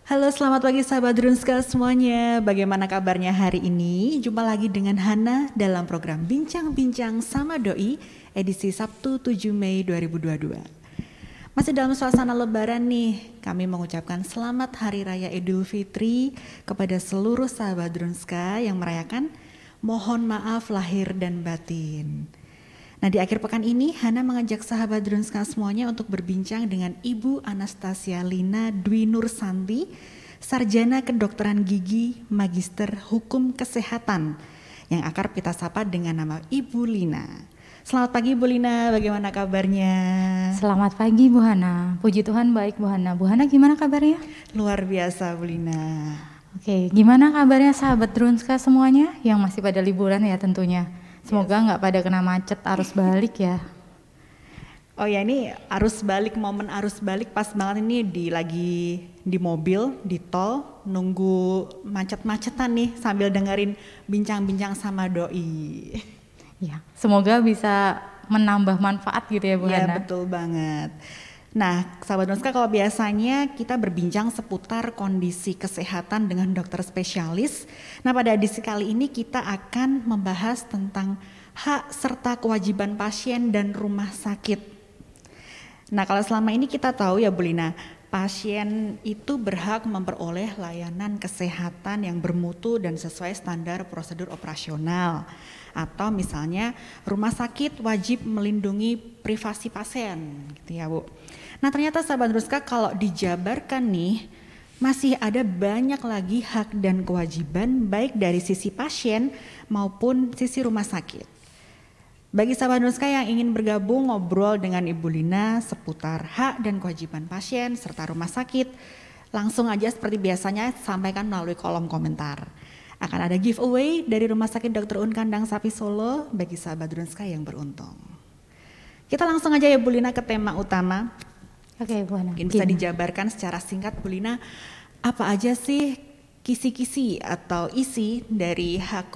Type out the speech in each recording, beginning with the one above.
Halo, selamat pagi sahabat Drunska semuanya. Bagaimana kabarnya hari ini? Jumpa lagi dengan Hana dalam program Bincang-Bincang sama Doi, edisi Sabtu 7 Mei 2022. Masih dalam suasana lebaran nih, kami mengucapkan selamat Hari Raya Idul Fitri kepada seluruh sahabat Drunska yang merayakan. Mohon maaf lahir dan batin. Nah, di akhir pekan ini Hana mengajak sahabat Drunska semuanya untuk berbincang dengan Ibu Anastasia Lina Dwi Nursanti, Sarjana Kedokteran Gigi, Magister Hukum Kesehatan, yang akrab kita sapa dengan nama Ibu Lina. Selamat pagi Bu Lina, bagaimana kabarnya? Selamat pagi Bu Hana, puji Tuhan baik Bu Hana. Bu Hana gimana kabarnya? Luar biasa Bu Lina. Oke, gimana kabarnya sahabat Drunska semuanya yang masih pada liburan ya tentunya? Semoga nggak pada kena macet arus balik ya. Oh ya, ini momen arus balik pas banget ini lagi di mobil, di tol, nunggu macet-macetan nih sambil dengerin bincang-bincang sama doi. Ya, semoga bisa menambah manfaat gitu ya Bu Ya, Hana. betul banget. Nah, sahabat Nuska, kalau biasanya kita berbincang seputar kondisi kesehatan dengan dokter spesialis. Nah, pada edisi kali ini kita akan membahas tentang hak serta kewajiban pasien dan rumah sakit. Nah, kalau selama ini kita tahu ya Bu Lina, pasien itu berhak memperoleh layanan kesehatan yang bermutu dan sesuai standar prosedur operasional. Atau misalnya rumah sakit wajib melindungi privasi pasien gitu ya Bu. Nah, ternyata sahabat Druska, kalau dijabarkan nih masih ada banyak lagi hak dan kewajiban baik dari sisi pasien maupun sisi rumah sakit. Bagi sahabat Druska yang ingin bergabung ngobrol dengan Ibu Lina seputar hak dan kewajiban pasien serta rumah sakit, langsung aja seperti biasanya sampaikan melalui kolom komentar. Akan ada giveaway dari Rumah Sakit Dr. Un Kandang Sapi Solo bagi sahabat Drunska yang beruntung. Kita langsung aja ya Bu Lina ke tema utama. Oke Bu Hana. Mungkin bisa dijabarkan secara singkat Bu Lina, apa aja sih kisi-kisi atau isi dari hak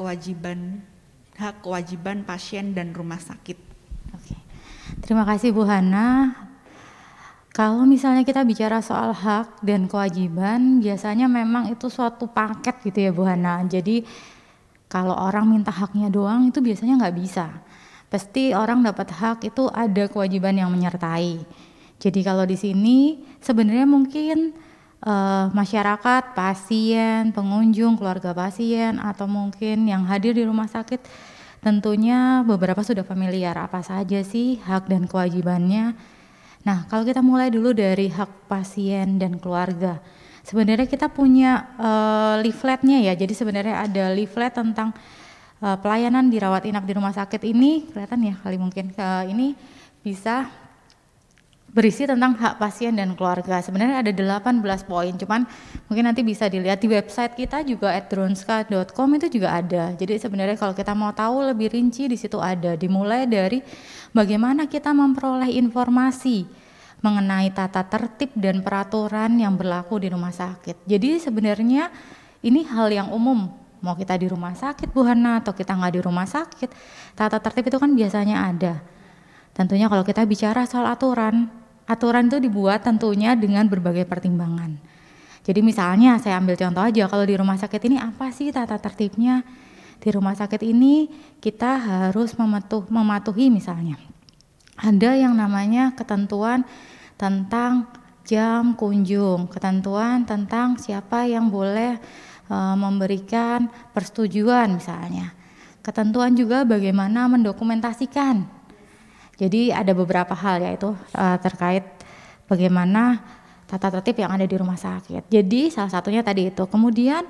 kewajiban pasien dan rumah sakit? Oke. Terima kasih Bu Hana. Kalau misalnya kita bicara soal hak dan kewajiban, biasanya memang itu suatu paket gitu ya Bu Hana. Jadi kalau orang minta haknya doang itu biasanya nggak bisa. Pasti orang dapat hak itu ada kewajiban yang menyertai. Jadi kalau di sini sebenarnya mungkin masyarakat, pasien, pengunjung, keluarga pasien, atau mungkin yang hadir di rumah sakit, tentunya beberapa sudah familiar apa saja sih hak dan kewajibannya. Nah, kalau kita mulai dulu dari hak pasien dan keluarga. Sebenarnya kita punya leafletnya ya. Jadi sebenarnya ada leaflet tentang pelayanan dirawat inap di rumah sakit ini, kelihatan ya kali mungkin. Ini bisa berisi tentang hak pasien dan keluarga. Sebenarnya ada 18 poin, cuman mungkin nanti bisa dilihat di website kita juga @drunska.com itu juga ada. Jadi sebenarnya kalau kita mau tahu lebih rinci di situ ada. Dimulai dari bagaimana kita memperoleh informasi mengenai tata tertib dan peraturan yang berlaku di rumah sakit. Jadi sebenarnya ini hal yang umum. Mau kita di rumah sakit Bu Hana atau kita nggak di rumah sakit, tata tertib itu kan biasanya ada. Tentunya kalau kita bicara soal aturan itu dibuat tentunya dengan berbagai pertimbangan. Jadi misalnya saya ambil contoh aja, kalau di rumah sakit ini apa sih tata tertibnya? Di rumah sakit ini kita harus mematuhi misalnya. Ada yang namanya ketentuan tentang jam kunjung, ketentuan tentang siapa yang boleh memberikan persetujuan misalnya. Ketentuan juga bagaimana mendokumentasikan. Jadi ada beberapa hal yaitu terkait bagaimana tata tertib yang ada di rumah sakit. Jadi salah satunya tadi itu. Kemudian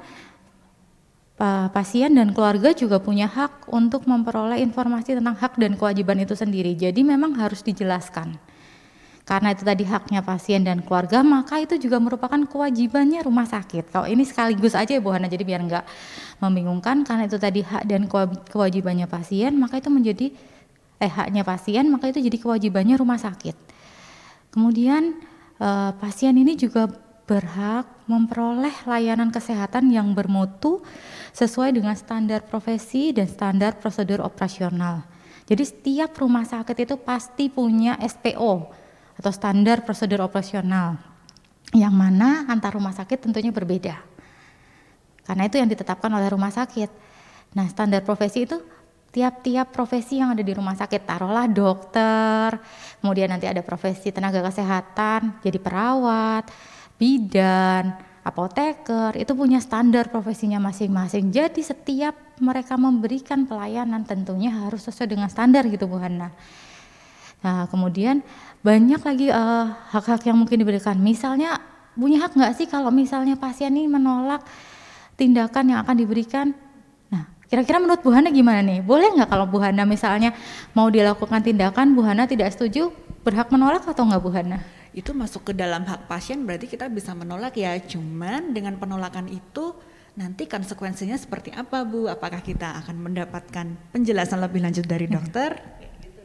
pasien dan keluarga juga punya hak untuk memperoleh informasi tentang hak dan kewajiban itu sendiri. Jadi memang harus dijelaskan. Karena itu tadi haknya pasien dan keluarga, maka itu juga merupakan kewajibannya rumah sakit. Kalau ini sekaligus aja ya Bu Hana, jadi biar nggak membingungkan, karena itu tadi hak dan kewajibannya pasien, maka itu menjadi haknya pasien, maka itu jadi kewajibannya rumah sakit. Kemudian pasien ini juga berhak memperoleh layanan kesehatan yang bermutu sesuai dengan standar profesi dan standar prosedur operasional. Jadi setiap rumah sakit itu pasti punya SPO atau standar prosedur operasional. yang mana antar rumah sakit tentunya berbeda. Karena itu yang ditetapkan oleh rumah sakit. Nah, standar profesi itu tiap-tiap profesi yang ada di rumah sakit, taruhlah dokter, kemudian nanti ada profesi tenaga kesehatan, jadi perawat, bidan, apoteker, itu punya standar profesinya masing-masing. Jadi setiap mereka memberikan pelayanan tentunya harus sesuai dengan standar gitu Bu Hana. Nah, kemudian banyak lagi hak-hak yang mungkin diberikan. Misalnya punya hak nggak sih kalau misalnya pasien ini menolak tindakan yang akan diberikan? Nah, kira-kira menurut Bu Hana gimana nih? Boleh nggak kalau Bu Hana misalnya mau dilakukan tindakan, Bu Hana tidak setuju, berhak menolak atau nggak Bu Hana? Itu masuk ke dalam hak pasien, berarti kita bisa menolak ya. Cuman dengan penolakan itu nanti konsekuensinya seperti apa Bu? Apakah kita akan mendapatkan penjelasan lebih lanjut dari dokter?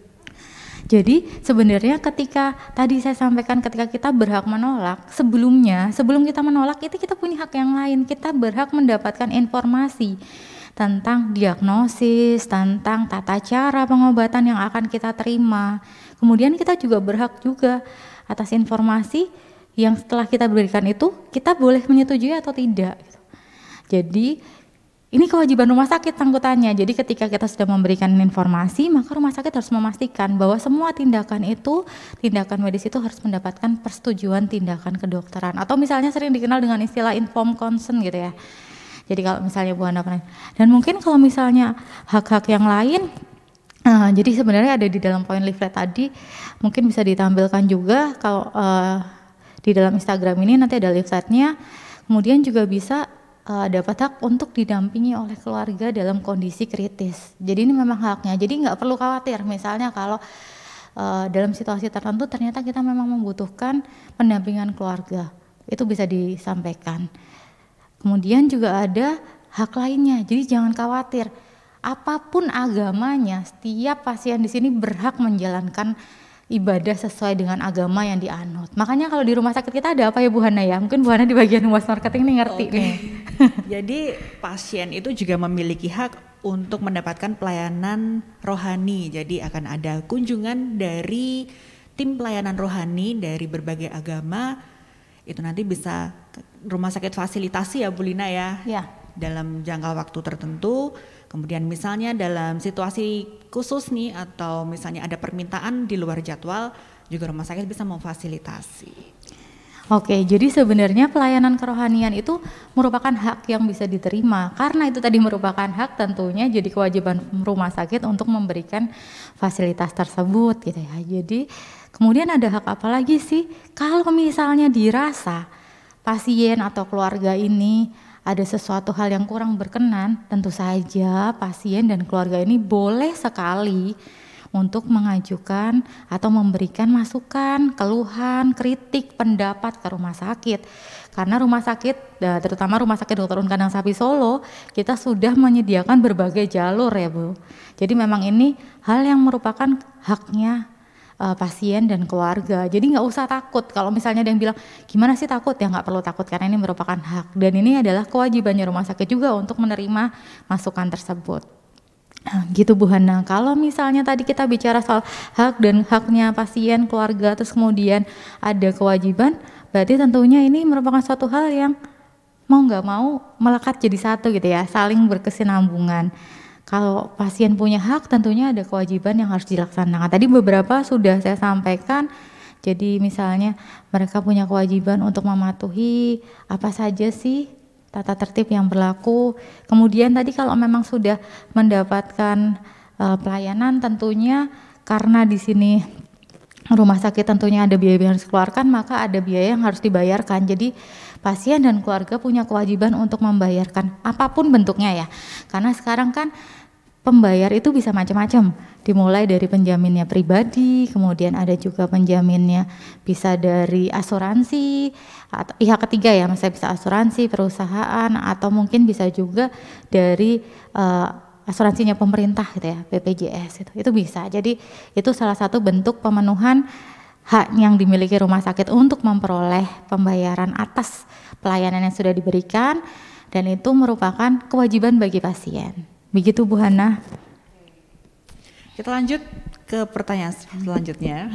Jadi sebenarnya ketika tadi saya sampaikan ketika kita berhak menolak, sebelum kita menolak itu kita punya hak yang lain. Kita berhak mendapatkan informasi tentang diagnosis, tentang tata cara pengobatan yang akan kita terima. Kemudian kita juga berhak juga atas informasi yang setelah kita berikan itu kita boleh menyetujui atau tidak. Jadi ini kewajiban rumah sakit sangkutannya. Jadi ketika kita sudah memberikan informasi, maka rumah sakit harus memastikan bahwa semua tindakan medis itu harus mendapatkan persetujuan tindakan kedokteran. Atau misalnya sering dikenal dengan istilah informed consent gitu ya. Jadi kalau misalnya Bu Hana pernah. Dan mungkin kalau misalnya hak-hak yang lain, jadi sebenarnya ada di dalam poin leaflet tadi, mungkin bisa ditampilkan juga kalau di dalam Instagram ini nanti ada leafletnya. Kemudian juga bisa dapat hak untuk didampingi oleh keluarga dalam kondisi kritis. Jadi ini memang haknya. Jadi nggak perlu khawatir. Misalnya kalau dalam situasi tertentu ternyata kita memang membutuhkan pendampingan keluarga, itu bisa disampaikan. Kemudian juga ada hak lainnya. Jadi jangan khawatir. Apapun agamanya, setiap pasien di sini berhak menjalankan ibadah sesuai dengan agama yang dianut. Makanya kalau di rumah sakit kita ada apa ya Bu Hana ya? Mungkin Bu Hana di bagian humas marketing ini ngerti nih. Jadi pasien itu juga memiliki hak untuk mendapatkan pelayanan rohani. Jadi akan ada kunjungan dari tim pelayanan rohani dari berbagai agama. Itu nanti bisa rumah sakit fasilitasi ya Bu Lina ya. Ya. Dalam jangka waktu tertentu. Kemudian misalnya dalam situasi khusus nih atau misalnya ada permintaan di luar jadwal, juga rumah sakit bisa memfasilitasi. Oke, jadi sebenarnya pelayanan kerohanian itu merupakan hak yang bisa diterima. Karena itu tadi merupakan hak, tentunya jadi kewajiban rumah sakit untuk memberikan fasilitas tersebut gitu ya. Jadi kemudian ada hak apa lagi sih? Kalau misalnya dirasa pasien atau keluarga ini ada sesuatu hal yang kurang berkenan, tentu saja pasien dan keluarga ini boleh sekali untuk mengajukan atau memberikan masukan, keluhan, kritik, pendapat ke rumah sakit. Karena rumah sakit, terutama Rumah Sakit Dr. Un Kandang Sapi Solo, kita sudah menyediakan berbagai jalur ya Bu. Jadi memang ini hal yang merupakan haknya pasien dan keluarga. Jadi nggak usah takut kalau misalnya ada yang bilang gimana sih takut, ya nggak perlu takut karena ini merupakan hak dan ini adalah kewajibannya rumah sakit juga untuk menerima masukan tersebut. Nah, gitu Bu Hana. Kalau misalnya tadi kita bicara soal hak dan haknya pasien, keluarga, terus kemudian ada kewajiban, berarti tentunya ini merupakan suatu hal yang mau nggak mau melekat jadi satu gitu ya, saling berkesinambungan. Kalau pasien punya hak tentunya ada kewajiban yang harus dilaksanakan. Tadi beberapa sudah saya sampaikan. Jadi misalnya mereka punya kewajiban untuk mematuhi apa saja sih tata tertib yang berlaku. Kemudian tadi kalau memang sudah mendapatkan pelayanan tentunya karena di sini rumah sakit tentunya ada biaya yang harus dikeluarkan, maka ada biaya yang harus dibayarkan. Jadi pasien dan keluarga punya kewajiban untuk membayarkan apapun bentuknya ya. Karena sekarang kan pembayar itu bisa macam-macam, dimulai dari penjaminnya pribadi, kemudian ada juga penjaminnya bisa dari asuransi, atau pihak ketiga ya, misalnya bisa asuransi, perusahaan, atau mungkin bisa juga dari asuransinya pemerintah gitu ya, BPJS itu bisa. Jadi itu salah satu bentuk pemenuhan hak yang dimiliki rumah sakit untuk memperoleh pembayaran atas pelayanan yang sudah diberikan, dan itu merupakan kewajiban bagi pasien. Begitu Bu Hana. Kita lanjut ke pertanyaan selanjutnya.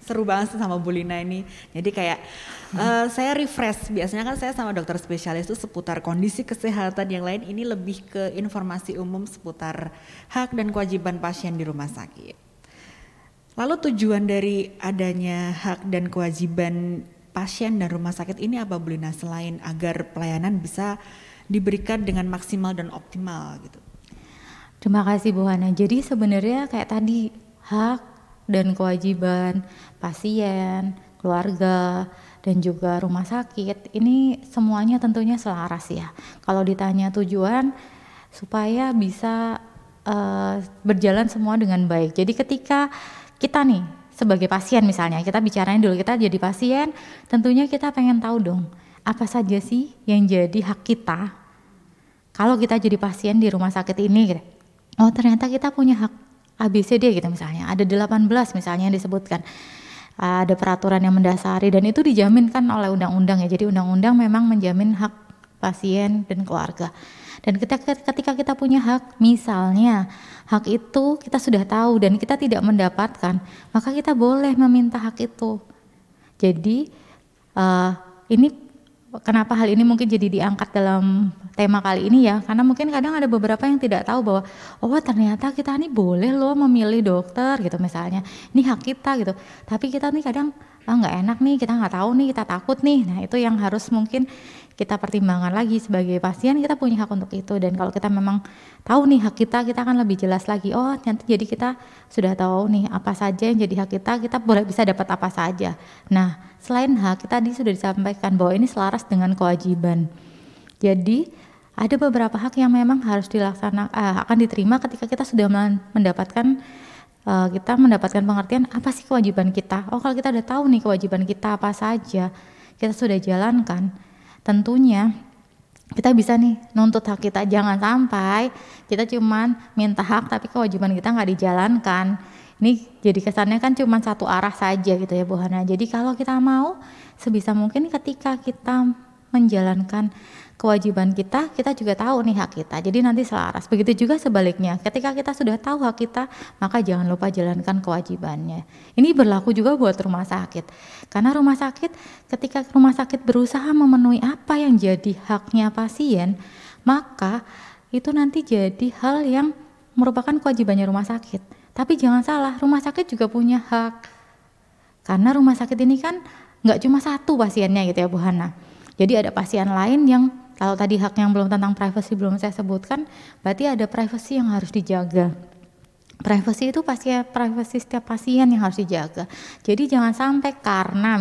Seru banget sih sama Bu Lina ini. Jadi kayak saya refresh. Biasanya kan saya sama dokter spesialis itu seputar kondisi kesehatan, yang lain ini lebih ke informasi umum seputar hak dan kewajiban pasien di rumah sakit. Lalu tujuan dari adanya hak dan kewajiban pasien dan rumah sakit ini apa Bu Lina, selain agar pelayanan bisa diberikan dengan maksimal dan optimal gitu? Terima kasih Bu Hana. Jadi sebenarnya kayak tadi, hak dan kewajiban pasien, keluarga, dan juga rumah sakit ini semuanya tentunya selaras ya. Kalau ditanya tujuan, supaya bisa berjalan semua dengan baik. Jadi ketika kita nih sebagai pasien misalnya, kita bicarain dulu, kita jadi pasien, tentunya kita pengen tahu dong, apa saja sih yang jadi hak kita kalau kita jadi pasien di rumah sakit ini gitu. Oh ternyata kita punya hak ABCD gitu misalnya, ada 18 misalnya yang disebutkan. Ada peraturan yang mendasari dan itu dijamin kan oleh undang-undang ya. Jadi undang-undang memang menjamin hak pasien dan keluarga. Dan ketika kita punya hak, misalnya hak itu kita sudah tahu dan kita tidak mendapatkan, maka kita boleh meminta hak itu. Jadi ini kenapa hal ini mungkin jadi diangkat dalam tema kali ini ya, karena mungkin kadang ada beberapa yang tidak tahu bahwa oh ternyata kita nih boleh loh memilih dokter gitu misalnya, ini hak kita gitu. Tapi kita nih kadang nggak enak nih, kita nggak tahu nih, kita takut nih. Nah itu yang harus mungkin kita pertimbangkan lagi sebagai pasien, kita punya hak untuk itu. Dan kalau kita memang tahu nih hak kita akan lebih jelas lagi. Oh nanti jadi kita sudah tahu nih apa saja yang jadi hak kita boleh bisa dapat apa saja. Nah selain hak, tadi sudah disampaikan bahwa ini selaras dengan kewajiban. Jadi ada beberapa hak yang memang harus akan diterima ketika kita sudah mendapatkan pengertian apa sih kewajiban kita. Oh kalau kita udah tahu nih kewajiban kita apa saja, kita sudah jalankan, tentunya kita bisa nih nuntut hak kita. Jangan sampai kita cuman minta hak tapi kewajiban kita nggak dijalankan. Ini jadi kesannya kan cuma satu arah saja gitu ya Bu Hana. Jadi kalau kita mau sebisa mungkin ketika kita menjalankan kewajiban kita juga tahu nih hak kita. Jadi nanti selaras. Begitu juga sebaliknya. Ketika kita sudah tahu hak kita, maka jangan lupa jalankan kewajibannya. Ini berlaku juga buat rumah sakit. Karena rumah sakit, ketika rumah sakit berusaha memenuhi apa yang jadi haknya pasien, maka itu nanti jadi hal yang merupakan kewajibannya rumah sakit. Tapi jangan salah, rumah sakit juga punya hak. Karena rumah sakit ini kan nggak cuma satu pasiennya gitu ya Bu Hana. Jadi ada pasien lain yang kalau tadi hak yang belum tentang privasi belum saya sebutkan, berarti ada privasi yang harus dijaga. Privasi itu privasi setiap pasien yang harus dijaga. Jadi jangan sampai karena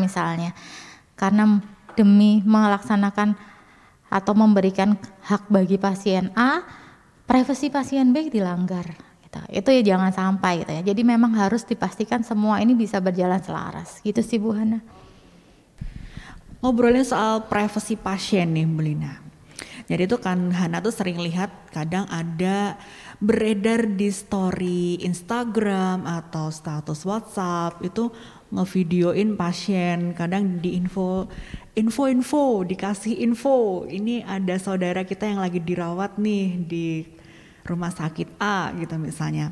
demi melaksanakan atau memberikan hak bagi pasien A, privasi pasien B dilanggar. Itu ya jangan sampai gitu ya. Jadi memang harus dipastikan semua ini bisa berjalan selaras. Gitu sih Bu Hana. Ngobrolin soal privasi pasien nih Bu Lina. Jadi itu kan Hana tuh sering lihat kadang ada beredar di story Instagram atau status WhatsApp itu ngevideoin pasien, kadang di info dikasih info, ini ada saudara kita yang lagi dirawat nih di rumah sakit A gitu misalnya.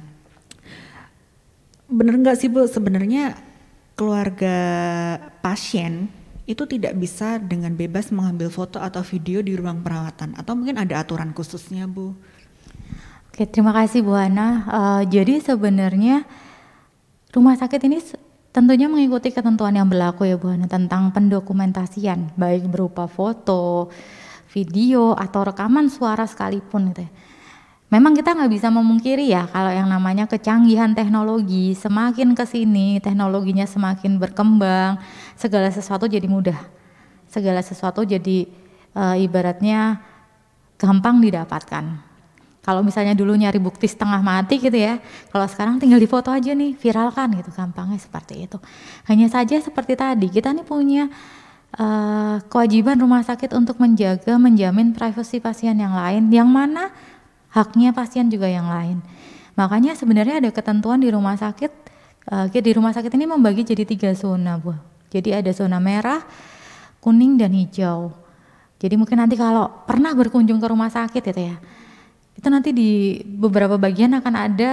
Bener nggak sih Bu, sebenarnya keluarga pasien itu tidak bisa dengan bebas mengambil foto atau video di ruang perawatan, atau mungkin ada aturan khususnya Bu? Oke, terima kasih Bu Hana. Jadi sebenarnya rumah sakit ini tentunya mengikuti ketentuan yang berlaku ya Bu Hana tentang pendokumentasian, baik berupa foto, video, atau rekaman suara sekalipun gitu ya. Memang kita nggak bisa memungkiri ya kalau yang namanya kecanggihan teknologi semakin kesini, teknologinya semakin berkembang, segala sesuatu jadi mudah, segala sesuatu jadi ibaratnya gampang didapatkan. Kalau misalnya dulu nyari bukti setengah mati gitu ya, kalau sekarang tinggal difoto aja nih, viralkan gitu, gampangnya seperti itu. Hanya saja seperti tadi, kita nih punya kewajiban rumah sakit untuk menjamin privasi pasien yang lain, yang mana haknya pasien juga yang lain. Makanya sebenarnya ada ketentuan di rumah sakit. Di rumah sakit ini membagi jadi 3 zona Bu. Jadi ada zona merah, kuning, dan hijau. Jadi mungkin nanti kalau pernah berkunjung ke rumah sakit gitu ya, itu nanti di beberapa bagian akan ada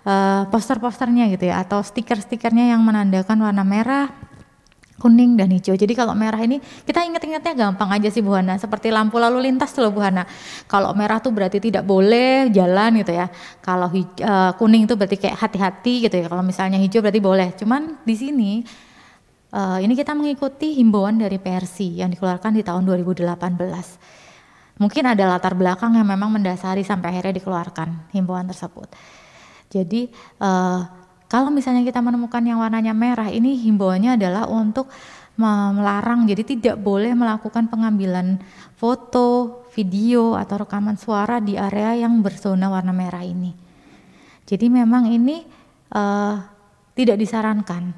poster-posternya gitu ya, atau stiker-stikernya yang menandakan warna merah, kuning dan hijau. Jadi kalau merah ini kita ingat-ingatnya gampang aja sih Bu Hana, seperti lampu lalu lintas tuh loh Bu Hana. Kalau merah tuh berarti tidak boleh jalan gitu ya. Kalau kuning itu berarti kayak hati-hati gitu ya. Kalau misalnya hijau berarti boleh. Cuman di sini ini kita mengikuti himbauan dari Persi yang dikeluarkan di tahun 2018. Mungkin ada latar belakang yang memang mendasari sampai akhirnya dikeluarkan himbauan tersebut. Jadi kalau misalnya kita menemukan yang warnanya merah, ini himbauannya adalah untuk melarang, jadi tidak boleh melakukan pengambilan foto, video, atau rekaman suara di area yang berzona warna merah ini. Jadi memang ini tidak disarankan.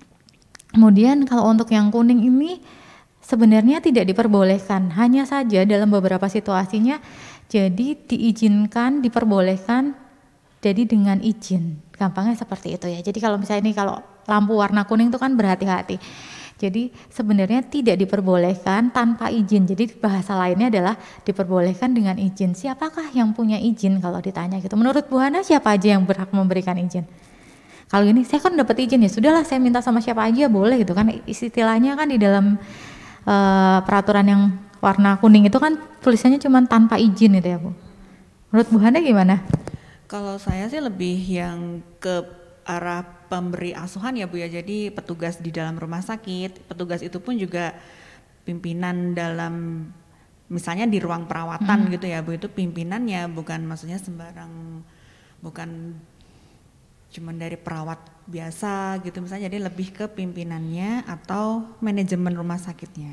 Kemudian kalau untuk yang kuning ini sebenarnya tidak diperbolehkan, hanya saja dalam beberapa situasinya jadi diizinkan, diperbolehkan, jadi dengan izin, gampangnya seperti itu ya. Jadi kalau misalnya ini kalau lampu warna kuning itu kan berhati-hati. Jadi sebenarnya tidak diperbolehkan tanpa izin. Jadi bahasa lainnya adalah diperbolehkan dengan izin. Siapakah yang punya izin kalau ditanya gitu? Menurut Bu Hana siapa aja yang berhak memberikan izin? Kalau ini saya kan dapat izin ya, sudahlah saya minta sama siapa aja boleh gitu kan. Istilahnya kan di dalam peraturan yang warna kuning itu kan tulisannya cuma tanpa izin gitu ya Bu. Menurut Bu Hana gimana? Kalau saya sih lebih yang ke arah pemberi asuhan ya Bu ya, jadi petugas di dalam rumah sakit, petugas itu pun juga pimpinan dalam, misalnya di ruang perawatan gitu ya Bu, itu pimpinannya bukan maksudnya sembarang, bukan cuman dari perawat biasa gitu misalnya, jadi lebih ke pimpinannya atau manajemen rumah sakitnya.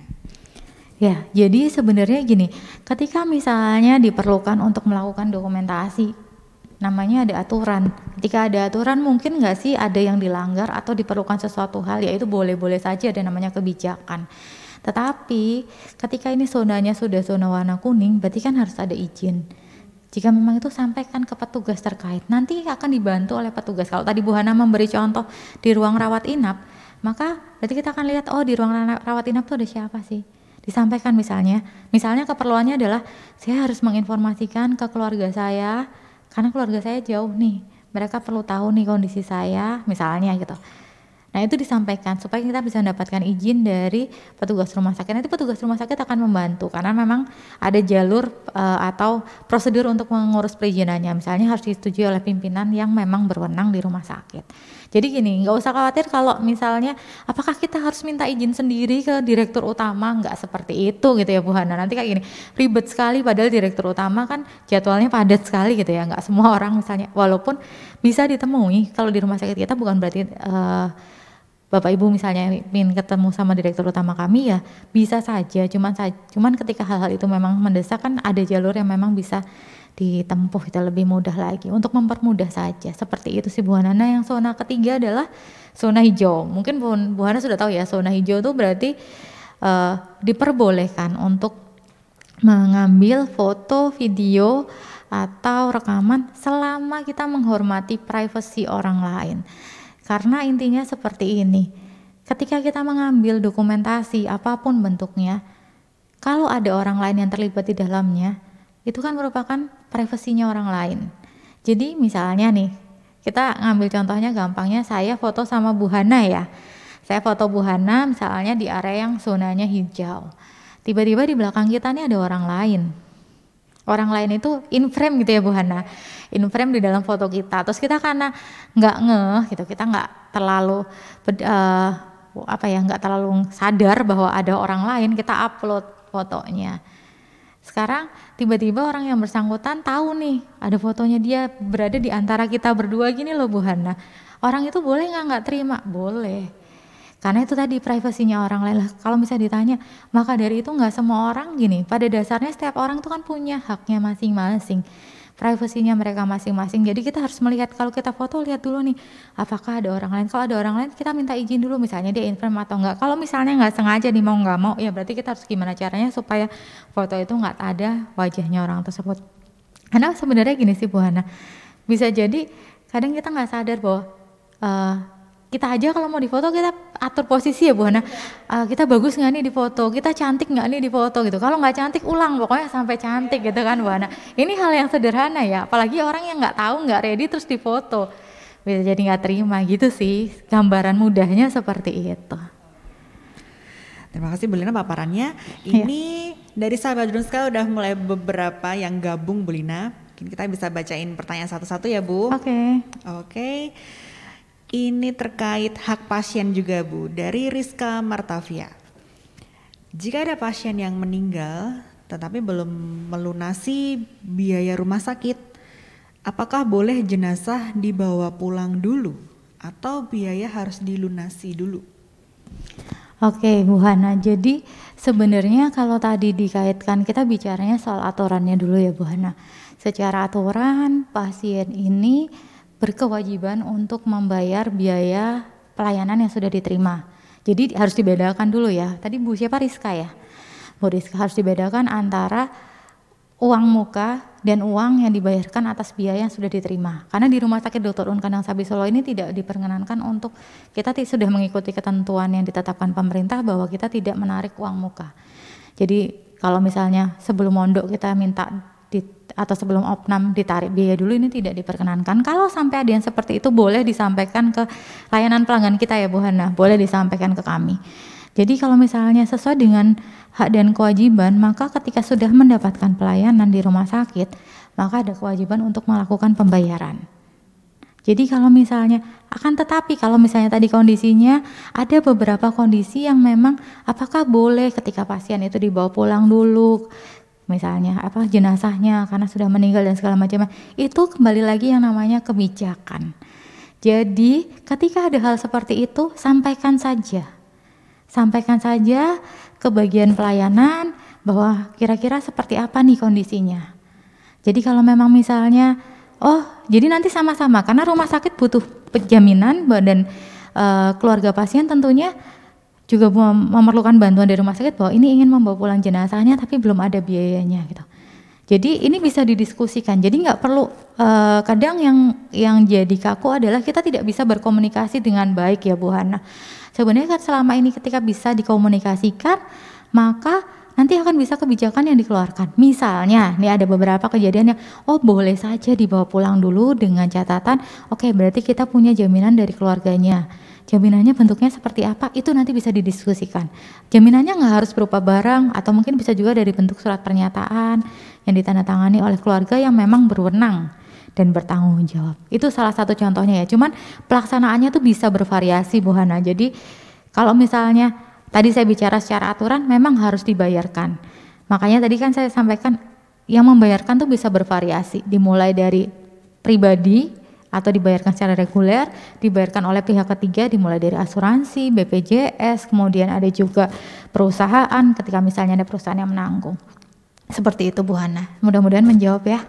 Ya, jadi sebenarnya gini, ketika misalnya diperlukan untuk melakukan dokumentasi, namanya ada aturan. Ketika ada aturan mungkin nggak sih ada yang dilanggar atau diperlukan sesuatu hal, yaitu boleh-boleh saja, ada namanya kebijakan. Tetapi ketika ini zonanya sudah zona warna kuning, berarti kan harus ada izin. Jika memang itu sampaikan ke petugas terkait, nanti akan dibantu oleh petugas. Kalau tadi Bu Hana memberi contoh di ruang rawat inap, maka berarti kita akan lihat, oh di ruang rawat inap tuh ada siapa sih? Disampaikan misalnya keperluannya adalah saya harus menginformasikan ke keluarga saya, karena keluarga saya jauh nih, mereka perlu tahu nih kondisi saya, misalnya gitu. Nah itu disampaikan supaya kita bisa mendapatkan izin dari petugas rumah sakit. Nanti petugas rumah sakit akan membantu karena memang ada jalur atau prosedur untuk mengurus perizinannya. Misalnya harus disetujui oleh pimpinan yang memang berwenang di rumah sakit. Jadi gini, nggak usah khawatir kalau misalnya apakah kita harus minta izin sendiri ke direktur utama, nggak seperti itu gitu ya Bu Hana. Nanti kayak gini, ribet sekali padahal direktur utama kan jadwalnya padat sekali gitu ya. Nggak semua orang misalnya, walaupun bisa ditemui kalau di rumah sakit kita, bukan berarti Bapak Ibu misalnya ingin ketemu sama direktur utama kami ya bisa saja, cuman ketika hal-hal itu memang mendesak kan ada jalur yang memang bisa ditempuh, itu lebih mudah lagi untuk mempermudah saja. Seperti itu sih Bu Hana. Nah yang zona ketiga adalah zona hijau. Mungkin Bu Hana sudah tahu ya, zona hijau itu berarti diperbolehkan untuk mengambil foto, video atau rekaman selama kita menghormati privasi orang lain. Karena intinya seperti ini, ketika kita mengambil dokumentasi apapun bentuknya, kalau ada orang lain yang terlibat di dalamnya, itu kan merupakan privasinya orang lain. Jadi misalnya nih, kita ngambil contohnya gampangnya, saya foto sama Bu Hana ya. Saya foto Bu Hana misalnya di area yang zonanya hijau. Tiba-tiba di belakang kita nih ada orang lain. Orang lain itu in frame gitu ya Bu Hana, in frame di dalam foto kita. Terus kita karena nggak ngeh gitu, kita nggak terlalu nggak terlalu sadar bahwa ada orang lain, kita upload fotonya. Sekarang tiba-tiba orang yang bersangkutan tahu nih ada fotonya dia berada di antara kita berdua gini loh Bu Hana. Orang itu boleh nggak terima? Boleh. Karena itu tadi privasinya orang lain lah. Kalau misalnya ditanya, maka dari itu nggak semua orang gini. Pada dasarnya setiap orang itu kan punya haknya masing-masing, privasinya mereka masing-masing. Jadi kita harus melihat, kalau kita foto lihat dulu nih, apakah ada orang lain. Kalau ada orang lain kita minta izin dulu, misalnya dia in-frame atau enggak. Kalau misalnya nggak sengaja nih mau nggak mau, ya berarti kita harus gimana caranya supaya foto itu nggak ada wajahnya orang tersebut. Karena sebenarnya gini sih Bu Hana, bisa jadi kadang kita nggak sadar bahwa kita aja kalau mau difoto kita atur posisi ya Bu Hana, kita bagus nggak nih di foto, kita cantik nggak nih di foto gitu. Kalau nggak cantik ulang, pokoknya sampai cantik gitu kan Bu Hana. Ini hal yang sederhana ya, apalagi orang yang nggak tahu, nggak ready terus difoto. bisa jadi nggak terima gitu sih, gambaran mudahnya seperti itu. Terima kasih Bu Lina paparannya. Ya. Ini dari sahabat Drunska udah mulai beberapa yang gabung Bu Lina. Mungkin kita bisa bacain pertanyaan satu-satu ya Bu. Oke. Ini terkait hak pasien juga Bu, dari Rizka Martavia. Jika ada pasien yang meninggal tetapi belum melunasi biaya rumah sakit, apakah boleh jenazah dibawa pulang dulu atau biaya harus dilunasi dulu? Oke Bu Hana, jadi sebenarnya kalau tadi dikaitkan kita bicaranya soal aturannya dulu ya Bu Hana. Secara aturan pasien ini berkewajiban untuk membayar biaya pelayanan yang sudah diterima. Jadi harus dibedakan dulu ya. Tadi Bu siapa Rizka ya? Bu Rizka harus dibedakan antara uang muka dan uang yang dibayarkan atas biaya yang sudah diterima. Karena di Rumah Sakit Dr. Un Kandang Sabi Solo ini tidak diperkenankan untuk kita sudah mengikuti ketentuan yang ditetapkan pemerintah bahwa kita tidak menarik uang muka. Jadi kalau misalnya sebelum mondok kita minta atau sebelum opnam ditarik biaya dulu, ini tidak diperkenankan. Kalau sampai ada yang seperti itu boleh disampaikan ke layanan pelanggan kita ya Bu Hana, boleh disampaikan ke kami. Jadi kalau misalnya sesuai dengan hak dan kewajiban, maka ketika sudah mendapatkan pelayanan di rumah sakit, maka ada kewajiban untuk melakukan pembayaran. Jadi kalau misalnya, akan tetapi kalau misalnya tadi kondisinya ada beberapa kondisi yang memang apakah boleh ketika pasien itu dibawa pulang dulu, misalnya jenazahnya karena sudah meninggal dan segala macam, itu kembali lagi yang namanya kebijakan. Jadi ketika ada hal seperti itu, sampaikan saja ke bagian pelayanan bahwa kira-kira seperti apa nih kondisinya. Jadi kalau memang misalnya, jadi nanti sama-sama karena rumah sakit butuh jaminan dan keluarga pasien tentunya juga memerlukan bantuan dari rumah sakit bahwa ini ingin membawa pulang jenazahnya tapi belum ada biayanya gitu. Jadi ini bisa didiskusikan. Jadi nggak perlu kadang yang jadi kaku adalah kita tidak bisa berkomunikasi dengan baik ya Bu Hana. Sebenarnya kan selama ini ketika bisa dikomunikasikan, maka nanti akan bisa kebijakan yang dikeluarkan. Misalnya, nih ada beberapa kejadian yang, boleh saja dibawa pulang dulu dengan catatan, berarti kita punya jaminan dari keluarganya. Jaminannya bentuknya seperti apa, itu nanti bisa didiskusikan. Jaminannya nggak harus berupa barang, atau mungkin bisa juga dari bentuk surat pernyataan yang ditandatangani oleh keluarga yang memang berwenang dan bertanggung jawab. Itu salah satu contohnya ya. Cuman pelaksanaannya tuh bisa bervariasi Bu Hana. Jadi kalau misalnya tadi saya bicara secara aturan memang harus dibayarkan. Makanya tadi kan saya sampaikan yang membayarkan tuh bisa bervariasi. Dimulai dari pribadi atau dibayarkan secara reguler, dibayarkan oleh pihak ketiga dimulai dari asuransi, BPJS, kemudian ada juga perusahaan ketika misalnya ada perusahaan yang menanggung. Seperti itu Bu Hana. Mudah-mudahan menjawab ya.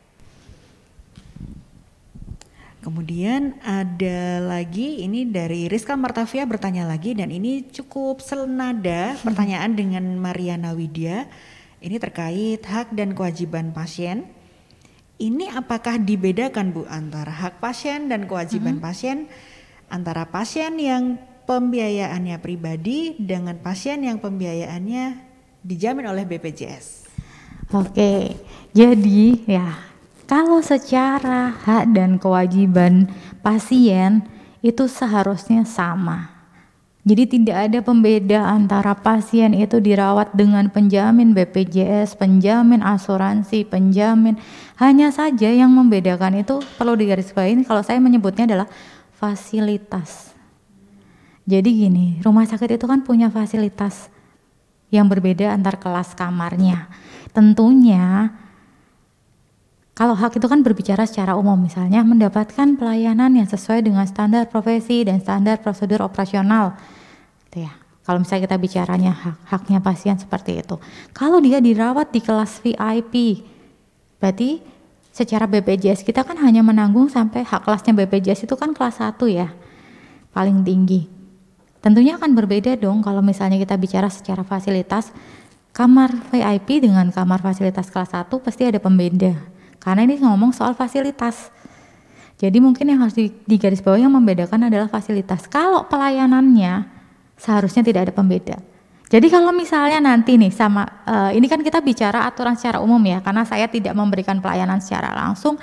Kemudian ada lagi ini dari Rizka Martavia bertanya lagi dan ini cukup senada pertanyaan dengan Mariana Widya. Ini terkait hak dan kewajiban pasien. Ini apakah dibedakan Bu antara hak pasien dan kewajiban pasien, antara pasien yang pembiayaannya pribadi dengan pasien yang pembiayaannya dijamin oleh BPJS? Oke, jadi ya kalau secara hak dan kewajiban pasien itu seharusnya sama. Jadi tidak ada pembeda antara pasien itu dirawat dengan penjamin BPJS, penjamin asuransi, penjamin. Hanya saja yang membedakan itu perlu digarisbawahi kalau saya menyebutnya adalah fasilitas. Jadi gini, rumah sakit itu kan punya fasilitas yang berbeda antar kelas kamarnya. Tentunya kalau hak itu kan berbicara secara umum, misalnya mendapatkan pelayanan yang sesuai dengan standar profesi dan standar prosedur operasional, gitu ya. Kalau misalnya kita bicaranya haknya pasien seperti itu. Kalau dia dirawat di kelas VIP, berarti secara BPJS kita kan hanya menanggung sampai hak kelasnya BPJS itu kan kelas 1 ya, paling tinggi. Tentunya akan berbeda dong kalau misalnya kita bicara secara fasilitas, kamar VIP dengan kamar fasilitas kelas 1 pasti ada pembeda. Karena ini ngomong soal fasilitas. Jadi mungkin yang harus digarisbawahi yang membedakan adalah fasilitas. Kalau pelayanannya seharusnya tidak ada pembeda. Jadi kalau misalnya nanti nih ini kan kita bicara aturan secara umum ya, karena saya tidak memberikan pelayanan secara langsung.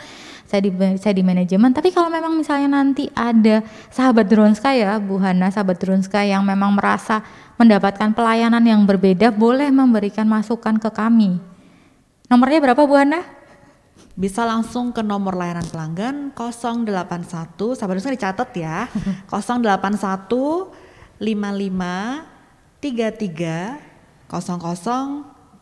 saya di manajemen. Tapi kalau memang misalnya nanti ada sahabat Drunska ya Bu Hana, sahabat Drunska yang memang merasa mendapatkan pelayanan yang berbeda, boleh memberikan masukan ke kami. Nomornya berapa Bu Hana? Bisa langsung ke nomor layanan pelanggan 081, sahabat Drunska dicatat ya, 081 55 33 00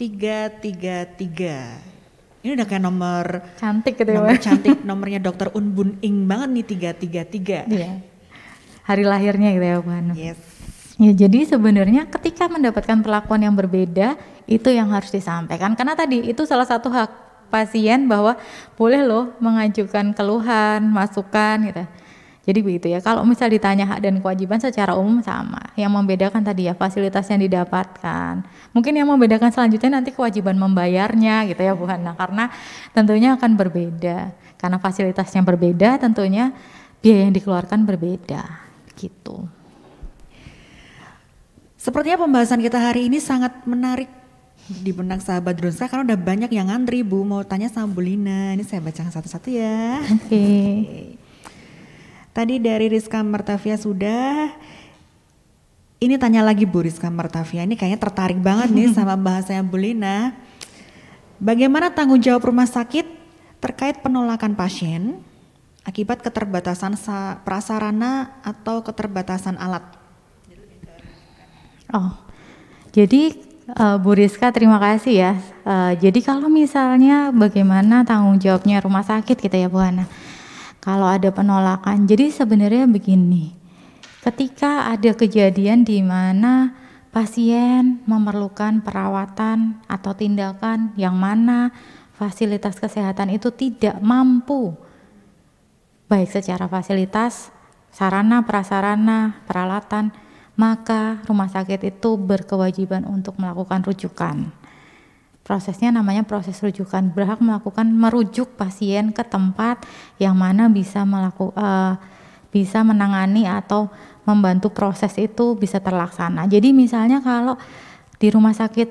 333. Ini udah kayak nomor cantik gitu ya. Nomor cantik, nomornya Dokter Unbun Ing banget nih 333. Iya. Hari lahirnya gitu ya Bu Hana. Yes. Ya, jadi sebenarnya ketika mendapatkan perlakuan yang berbeda itu yang harus disampaikan, karena tadi itu salah satu hak pasien bahwa boleh loh mengajukan keluhan, masukan gitu. Jadi begitu ya. Kalau misal ditanya hak dan kewajiban secara umum sama. Yang membedakan tadi ya fasilitas yang didapatkan. Mungkin yang membedakan selanjutnya nanti kewajiban membayarnya gitu ya Bu Hana. Karena tentunya akan berbeda. Karena fasilitasnya berbeda, tentunya biaya yang dikeluarkan berbeda gitu. Sepertinya pembahasan kita hari ini sangat menarik di benak sahabat Drunska karena udah banyak yang ngantri Bu mau tanya sama Bu Lina. Ini saya bacakan satu-satu ya. Oke. Tadi dari Rizka Martavia sudah. Ini tanya lagi Bu Rizka Martavia, ini kayaknya tertarik banget nih sama bahasanya Bu Lina. Bagaimana tanggung jawab rumah sakit terkait penolakan pasien akibat keterbatasan prasarana atau keterbatasan alat? Oh, jadi Bu Rizka terima kasih ya. Jadi kalau misalnya bagaimana tanggung jawabnya rumah sakit gitu ya Bu Hana. Kalau ada penolakan, jadi sebenarnya begini, ketika ada kejadian di mana pasien memerlukan perawatan atau tindakan yang mana fasilitas kesehatan itu tidak mampu, baik secara fasilitas, sarana, prasarana, peralatan, maka rumah sakit itu berkewajiban untuk melakukan rujukan. Prosesnya namanya proses rujukan, berhak merujuk pasien ke tempat yang mana bisa menangani atau membantu proses itu bisa terlaksana. Jadi misalnya kalau di rumah sakit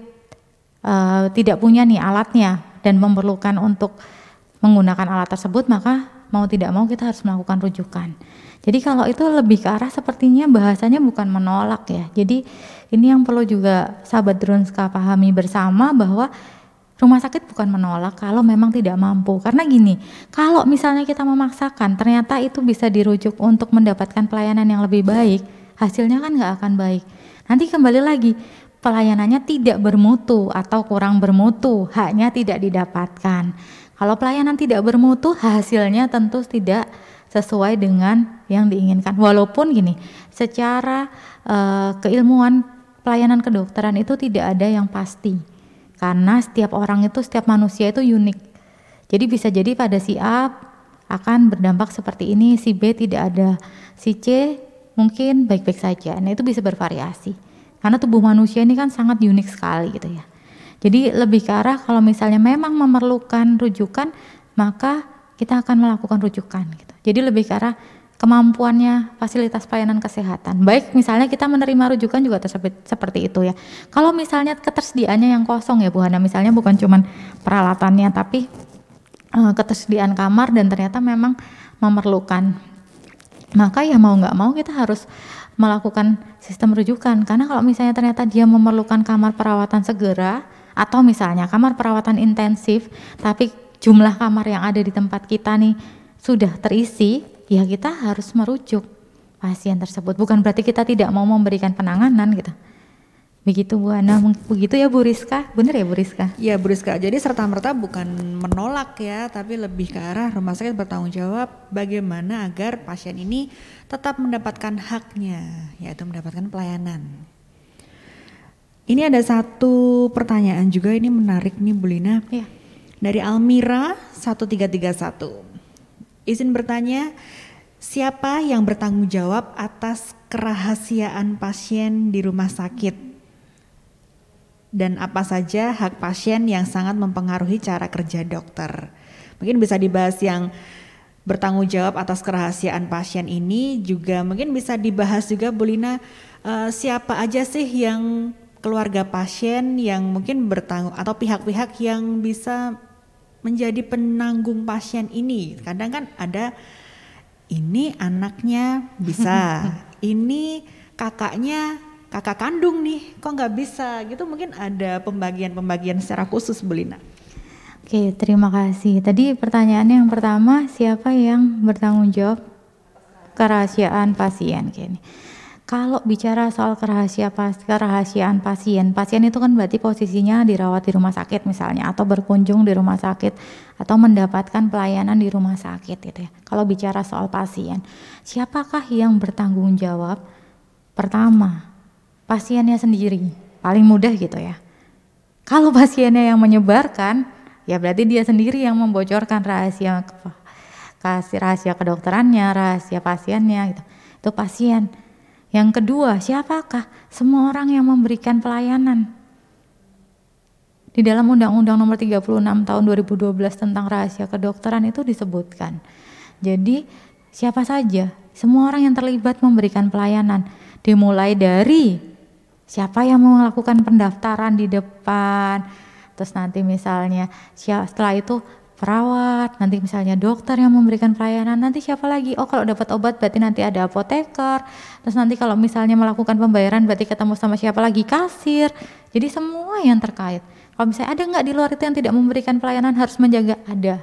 tidak punya nih alatnya dan memerlukan untuk menggunakan alat tersebut, maka mau tidak mau kita harus melakukan rujukan. Jadi kalau itu lebih ke arah sepertinya bahasanya bukan menolak ya. Jadi ini yang perlu juga sahabat Drunska pahami bersama bahwa rumah sakit bukan menolak kalau memang tidak mampu. Karena gini, kalau misalnya kita memaksakan ternyata itu bisa dirujuk untuk mendapatkan pelayanan yang lebih baik, hasilnya kan nggak akan baik. Nanti kembali lagi, pelayanannya tidak bermutu atau kurang bermutu, haknya tidak didapatkan. Kalau pelayanan tidak bermutu, hasilnya tentu tidak sesuai dengan yang diinginkan. Walaupun gini, secara keilmuan pelayanan kedokteran itu tidak ada yang pasti. Karena setiap orang itu, setiap manusia itu unik. Jadi bisa jadi pada si A akan berdampak seperti ini, si B tidak ada, si C mungkin baik-baik saja. Nah itu bisa bervariasi. Karena tubuh manusia ini kan sangat unik sekali gitu ya. Jadi lebih ke arah kalau misalnya memang memerlukan rujukan, maka kita akan melakukan rujukan gitu. Jadi lebih ke arah kemampuannya fasilitas pelayanan kesehatan. Baik misalnya kita menerima rujukan juga seperti itu ya. Kalau misalnya ketersediaannya yang kosong ya Bu Hana, misalnya bukan cuman peralatannya tapi ketersediaan kamar dan ternyata memang memerlukan, maka ya mau nggak mau kita harus melakukan sistem rujukan. Karena kalau misalnya ternyata dia memerlukan kamar perawatan segera atau misalnya kamar perawatan intensif tapi jumlah kamar yang ada di tempat kita nih sudah terisi, ya kita harus merujuk pasien tersebut. Bukan berarti kita tidak mau memberikan penanganan gitu. Begitu Bu Hana, begitu ya Bu Rizka, benar ya Bu Rizka? Ya Bu Rizka, jadi serta-merta bukan menolak ya, tapi lebih ke arah rumah sakit bertanggung jawab bagaimana agar pasien ini tetap mendapatkan haknya, yaitu mendapatkan pelayanan. Ini ada satu pertanyaan juga, ini menarik nih Bu Lina. Ya. Dari Almira 1331. Izin bertanya, siapa yang bertanggung jawab atas kerahasiaan pasien di rumah sakit? Dan apa saja hak pasien yang sangat mempengaruhi cara kerja dokter? Mungkin bisa dibahas yang bertanggung jawab atas kerahasiaan pasien ini, juga mungkin bisa dibahas juga Bu Lina, siapa aja sih yang keluarga pasien yang mungkin bertanggung atau pihak-pihak yang bisa menjadi penanggung pasien ini. Kadang kan ada ini anaknya bisa, ini kakak kandung nih, kok nggak bisa gitu. Mungkin ada pembagian secara khusus, Bu Lina. Oke, terima kasih. Tadi pertanyaannya yang pertama, siapa yang bertanggung jawab kerahasiaan pasien? Kayaknya. Kalau bicara soal kerahasiaan pasien itu kan berarti posisinya dirawat di rumah sakit misalnya, atau berkunjung di rumah sakit, atau mendapatkan pelayanan di rumah sakit gitu ya. Kalau bicara soal pasien, siapakah yang bertanggung jawab? Pertama, pasiennya sendiri, paling mudah gitu ya. Kalau pasiennya yang menyebarkan, ya berarti dia sendiri yang membocorkan rahasia kedokterannya, rahasia pasiennya gitu. Itu pasien. Yang kedua, siapakah? Semua orang yang memberikan pelayanan. Di dalam Undang-Undang Nomor 36 Tahun 2012 tentang rahasia kedokteran itu disebutkan. Jadi, siapa saja, semua orang yang terlibat memberikan pelayanan. Dimulai dari siapa yang melakukan pendaftaran di depan, terus nanti misalnya setelah itu perawat, nanti misalnya dokter yang memberikan pelayanan, nanti siapa lagi? Oh, kalau dapat obat berarti nanti ada apoteker, terus nanti kalau misalnya melakukan pembayaran berarti ketemu sama siapa lagi? Kasir. Jadi semua yang terkait. Kalau misalnya ada nggak di luar itu yang tidak memberikan pelayanan, harus menjaga, ada.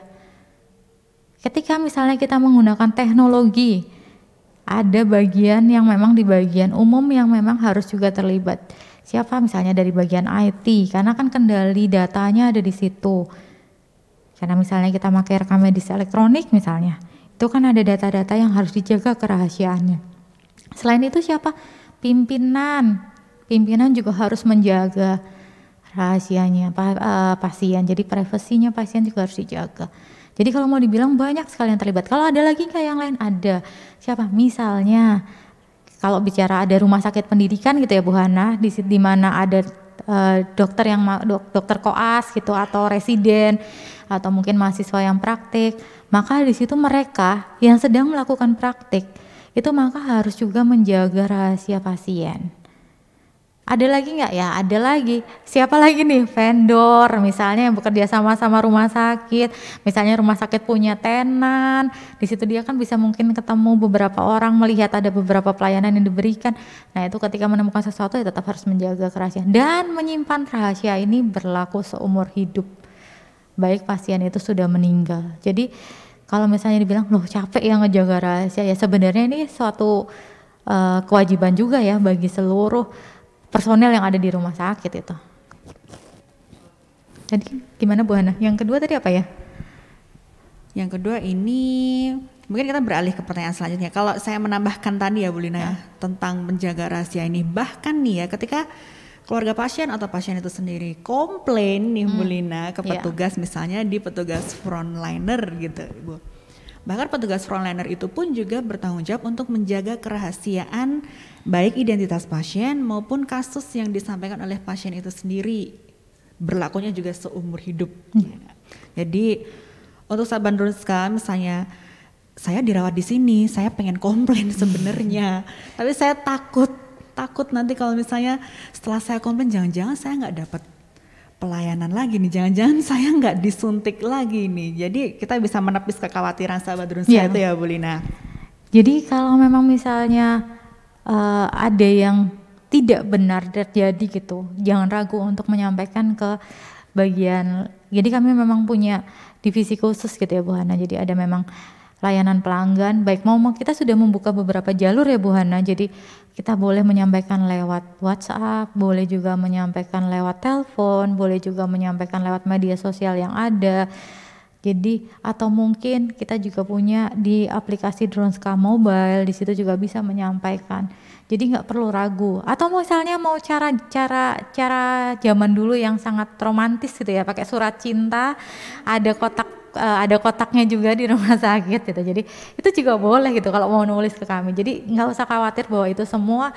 Ketika misalnya kita menggunakan teknologi, ada bagian yang memang di bagian umum yang memang harus juga terlibat. Siapa misalnya dari bagian IT, karena kan kendali datanya ada di situ. Karena misalnya kita pakai rekam medis elektronik misalnya, itu kan ada data-data yang harus dijaga kerahasiaannya. Selain itu siapa? Pimpinan juga harus menjaga rahasianya pasien, jadi privasinya pasien juga harus dijaga. Jadi kalau mau dibilang banyak sekali yang terlibat. Kalau ada lagi nggak yang lain? Ada. Siapa? Misalnya kalau bicara ada rumah sakit pendidikan gitu ya Bu Hana, di mana ada dokter koas gitu atau residen atau mungkin mahasiswa yang praktik, maka di situ mereka yang sedang melakukan praktik itu maka harus juga menjaga rahasia pasien. Ada lagi nggak ya? Ada lagi. Siapa lagi nih? Vendor misalnya yang bekerja sama rumah sakit. Misalnya rumah sakit punya tenan. Di situ dia kan bisa mungkin ketemu beberapa orang, melihat ada beberapa pelayanan yang diberikan. Nah itu ketika menemukan sesuatu ya tetap harus menjaga kerahasiaan. Dan menyimpan rahasia ini berlaku seumur hidup. Baik pasien itu sudah meninggal. Jadi kalau misalnya dibilang loh capek ya ngejaga rahasia, ya sebenarnya ini suatu kewajiban juga ya bagi seluruh personel yang ada di rumah sakit itu. Jadi gimana Bu Hana? Yang kedua tadi apa ya? Yang kedua ini mungkin kita beralih ke pertanyaan selanjutnya. Kalau saya menambahkan tadi ya Bu Lina ya, tentang menjaga rahasia ini, bahkan nih ya ketika keluarga pasien atau pasien itu sendiri komplain nih Bu Lina ke petugas, misalnya di petugas frontliner gitu Ibu. Bahkan petugas frontliner itu pun juga bertanggung jawab untuk menjaga kerahasiaan baik identitas pasien maupun kasus yang disampaikan oleh pasien itu sendiri. Berlakunya juga seumur hidup. Jadi untuk sahabat Drunska misalnya saya dirawat di sini, saya pengen komplain sebenarnya, tapi saya takut nanti kalau misalnya setelah saya komplain jangan-jangan saya nggak dapat pelayanan lagi nih, jangan-jangan saya nggak disuntik lagi nih. Jadi kita bisa menepis kekhawatiran sahabat Drunska itu ya Bu Lina. Jadi kalau memang misalnya ada yang tidak benar terjadi gitu, jangan ragu untuk menyampaikan ke bagian. Jadi kami memang punya divisi khusus gitu ya Bu Hana. Jadi ada memang layanan pelanggan, baik mau kita sudah membuka beberapa jalur ya Bu Hana. Jadi kita boleh menyampaikan lewat WhatsApp, boleh juga menyampaikan lewat telepon, boleh juga menyampaikan lewat media sosial yang ada. Jadi atau mungkin kita juga punya di aplikasi Drunska Mobile, di situ juga bisa menyampaikan. Jadi nggak perlu ragu. Atau misalnya mau cara zaman dulu yang sangat romantis gitu ya, pakai surat cinta, ada kotaknya juga di rumah sakit gitu. Jadi itu juga boleh gitu kalau mau nulis ke kami. Jadi nggak usah khawatir bahwa itu semua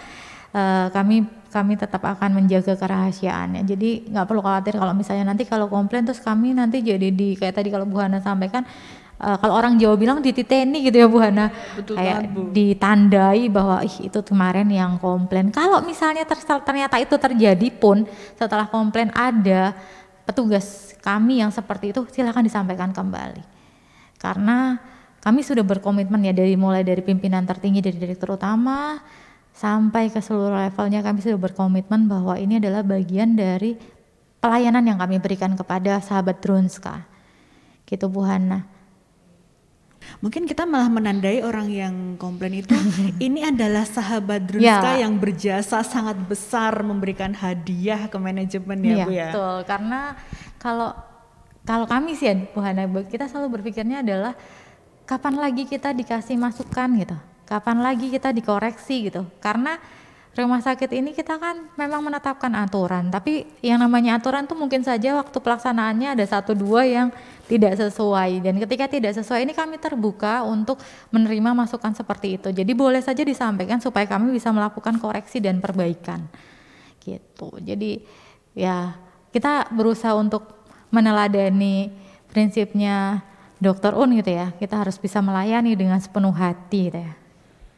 kami tetap akan menjaga kerahasiaannya. Jadi nggak perlu khawatir kalau misalnya nanti kalau komplain terus kami nanti jadi kayak tadi kalau Bu Hana sampaikan, kalau orang Jawa bilang dititeni gitu ya Bu Hana. Betul kayak banget, Bu. ditandai bahwa itu kemarin yang komplain. Kalau misalnya ternyata itu terjadi pun setelah komplain ada petugas kami yang seperti itu silakan disampaikan kembali. Karena kami sudah berkomitmen ya mulai dari pimpinan tertinggi dari direktur utama sampai ke seluruh levelnya, kami sudah berkomitmen bahwa ini adalah bagian dari pelayanan yang kami berikan kepada sahabat Drunska. Gitu Bu Hana. Mungkin kita malah menandai orang yang komplain itu ini adalah sahabat Drunska yang berjasa sangat besar memberikan hadiah ke manajemen ya Bu ya. Betul, karena kalau kami sih ya Bu Hana, kita selalu berpikirnya adalah kapan lagi kita dikasih masukan gitu, kapan lagi kita dikoreksi gitu. Karena rumah sakit ini kita kan memang menetapkan aturan, tapi yang namanya aturan tuh mungkin saja waktu pelaksanaannya ada 1-2 yang tidak sesuai, dan ketika tidak sesuai ini kami terbuka untuk menerima masukan seperti itu. Jadi boleh saja disampaikan supaya kami bisa melakukan koreksi dan perbaikan gitu. Jadi ya kita berusaha untuk meneladani prinsipnya Dr. Un gitu ya, kita harus bisa melayani dengan sepenuh hati gitu ya.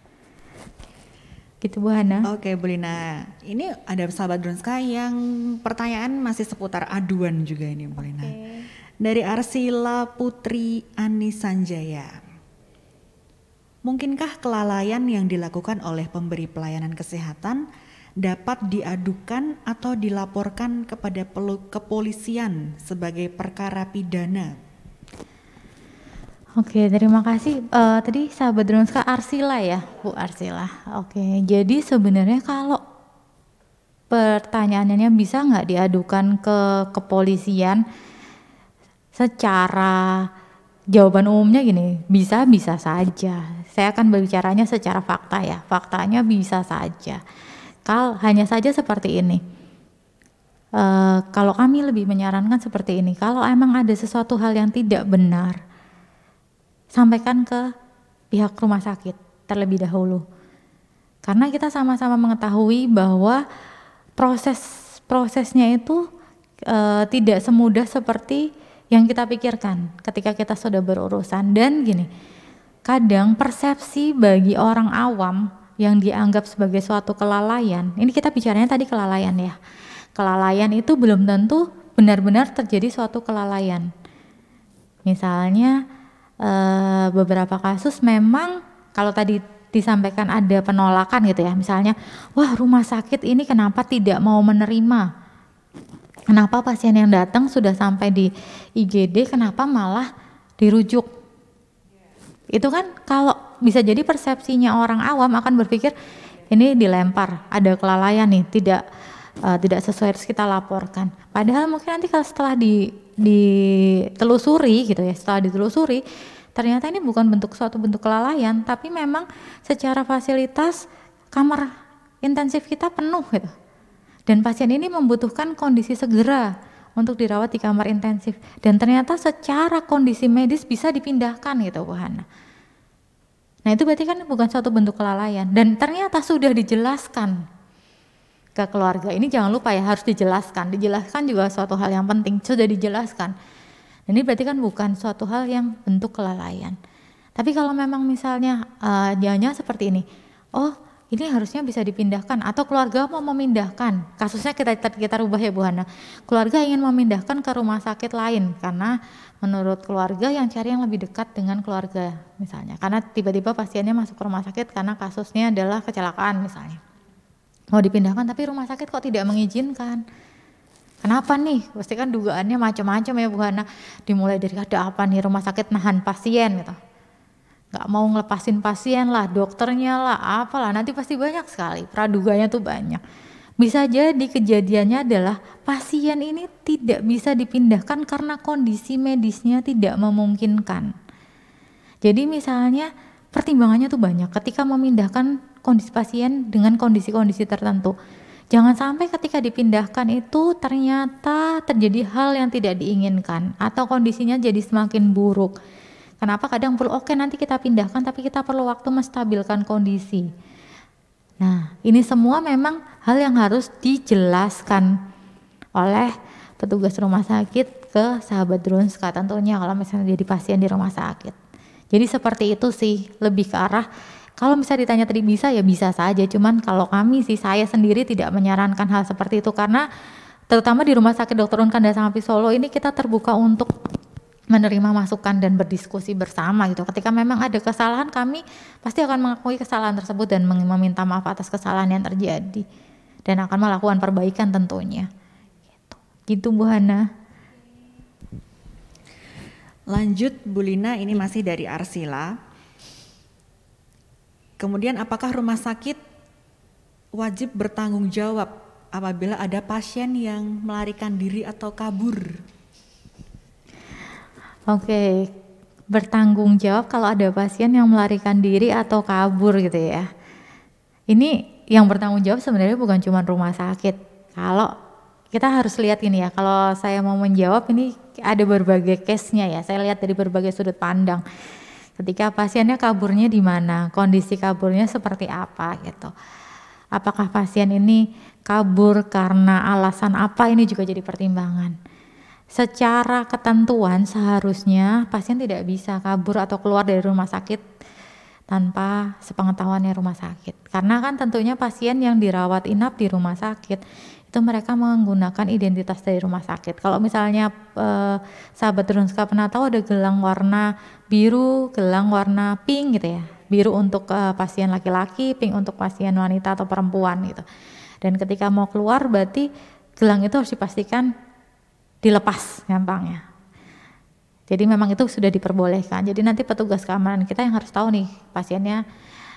Gitu Bu Hana. Oke Bu Lina, ini ada sahabat Drunska yang pertanyaan masih seputar aduan juga ini Bu Lina. Dari Arsila Putri Anisanjaya. Mungkinkah kelalaian yang dilakukan oleh pemberi pelayanan kesehatan dapat diadukan atau dilaporkan kepada kepolisian sebagai perkara pidana? Oke, terima kasih. Tadi sahabat Drunska Arsila ya, Bu Arsila. Oke, jadi sebenarnya kalau pertanyaannya bisa nggak diadukan ke kepolisian, secara jawaban umumnya gini, bisa saja. Saya akan berbicaranya secara fakta ya, faktanya bisa saja. Hanya saja seperti ini. Kalau kami lebih menyarankan seperti ini, kalau emang ada sesuatu hal yang tidak benar, sampaikan ke pihak rumah sakit terlebih dahulu. Karena kita sama-sama mengetahui bahwa prosesnya itu tidak semudah seperti yang kita pikirkan ketika kita sudah berurusan. Dan gini, kadang persepsi bagi orang awam yang dianggap sebagai suatu kelalaian, ini kita bicaranya tadi kelalaian ya. Kelalaian itu belum tentu benar-benar terjadi suatu kelalaian. Misalnya beberapa kasus memang kalau tadi disampaikan ada penolakan gitu ya, misalnya wah rumah sakit ini kenapa tidak mau menerima, kenapa pasien yang datang sudah sampai di IGD kenapa malah dirujuk. Itu kan kalau bisa jadi persepsinya orang awam akan berpikir ini dilempar, ada kelalaian nih, tidak sesuai, harus kita laporkan. Padahal mungkin nanti kalau setelah ditelusuri gitu ya, setelah ditelusuri ternyata ini bukan suatu bentuk kelalaian, tapi memang secara fasilitas kamar intensif kita penuh gitu, dan pasien ini membutuhkan kondisi segera untuk dirawat di kamar intensif, dan ternyata secara kondisi medis bisa dipindahkan gitu Bu Hana. Nah itu berarti kan bukan suatu bentuk kelalaian, dan ternyata sudah dijelaskan ke keluarga. Ini jangan lupa ya, harus dijelaskan juga suatu hal yang penting, sudah dijelaskan. Ini berarti kan bukan suatu hal yang bentuk kelalaian. Tapi kalau memang misalnya jangan seperti ini, oh ini harusnya bisa dipindahkan, atau keluarga mau memindahkan, kasusnya kita rubah ya Bu Hana, keluarga ingin memindahkan ke rumah sakit lain karena menurut keluarga yang cari yang lebih dekat dengan keluarga misalnya, karena tiba-tiba pasiennya masuk ke rumah sakit karena kasusnya adalah kecelakaan misalnya, mau dipindahkan tapi rumah sakit kok tidak mengizinkan. Kenapa nih? Pasti kan dugaannya macam-macam ya Bu Hana. Dimulai dari ada apa nih, rumah sakit nahan pasien gitu, nggak mau ngelepasin pasien lah, dokternya lah, apalah, nanti pasti banyak sekali praduganya tuh banyak. Bisa jadi kejadiannya adalah pasien ini tidak bisa dipindahkan karena kondisi medisnya tidak memungkinkan. Jadi misalnya pertimbangannya tuh banyak ketika memindahkan kondisi pasien dengan kondisi-kondisi tertentu. Jangan sampai ketika dipindahkan itu ternyata terjadi hal yang tidak diinginkan atau kondisinya jadi semakin buruk. Kenapa kadang perlu nanti kita pindahkan tapi kita perlu waktu menstabilkan kondisi. Nah, ini semua memang hal yang harus dijelaskan oleh petugas rumah sakit ke sahabat Drunska tentunya kalau misalnya jadi pasien di rumah sakit. Jadi seperti itu sih, lebih ke arah kalau misalnya ditanya tadi bisa ya bisa saja, cuman kalau kami sih, saya sendiri tidak menyarankan hal seperti itu karena terutama di Rumah Sakit Dr. Unkanda Salampi Solo ini kita terbuka untuk menerima masukan dan berdiskusi bersama gitu. Ketika memang ada kesalahan, kami pasti akan mengakui kesalahan tersebut dan meminta maaf atas kesalahan yang terjadi dan akan melakukan perbaikan tentunya. Gitu Bu Hana. Lanjut Bu Lina, ini masih dari Arsila. Kemudian apakah rumah sakit wajib bertanggung jawab apabila ada pasien yang melarikan diri atau kabur? Oke, bertanggung jawab kalau ada pasien yang melarikan diri atau kabur gitu ya. Ini yang bertanggung jawab sebenarnya bukan cuma rumah sakit. Kalau kita harus lihat ini ya, kalau saya mau menjawab ini ada berbagai case-nya ya. Saya lihat dari berbagai sudut pandang. Ketika pasiennya kaburnya di mana, kondisi kaburnya seperti apa gitu. Apakah pasien ini kabur karena alasan apa, ini juga jadi pertimbangan. Secara ketentuan seharusnya pasien tidak bisa kabur atau keluar dari rumah sakit tanpa sepengetahuannya rumah sakit. Karena kan tentunya pasien yang dirawat inap di rumah sakit itu mereka menggunakan identitas dari rumah sakit. Kalau misalnya sahabat Drunska pernah tahu ada gelang warna biru, gelang warna pink gitu ya. Biru untuk pasien laki-laki, pink untuk pasien wanita atau perempuan gitu. Dan ketika mau keluar berarti gelang itu harus dipastikan dilepas gampangnya. Jadi memang itu sudah diperbolehkan. Jadi nanti petugas keamanan kita yang harus tahu nih pasiennya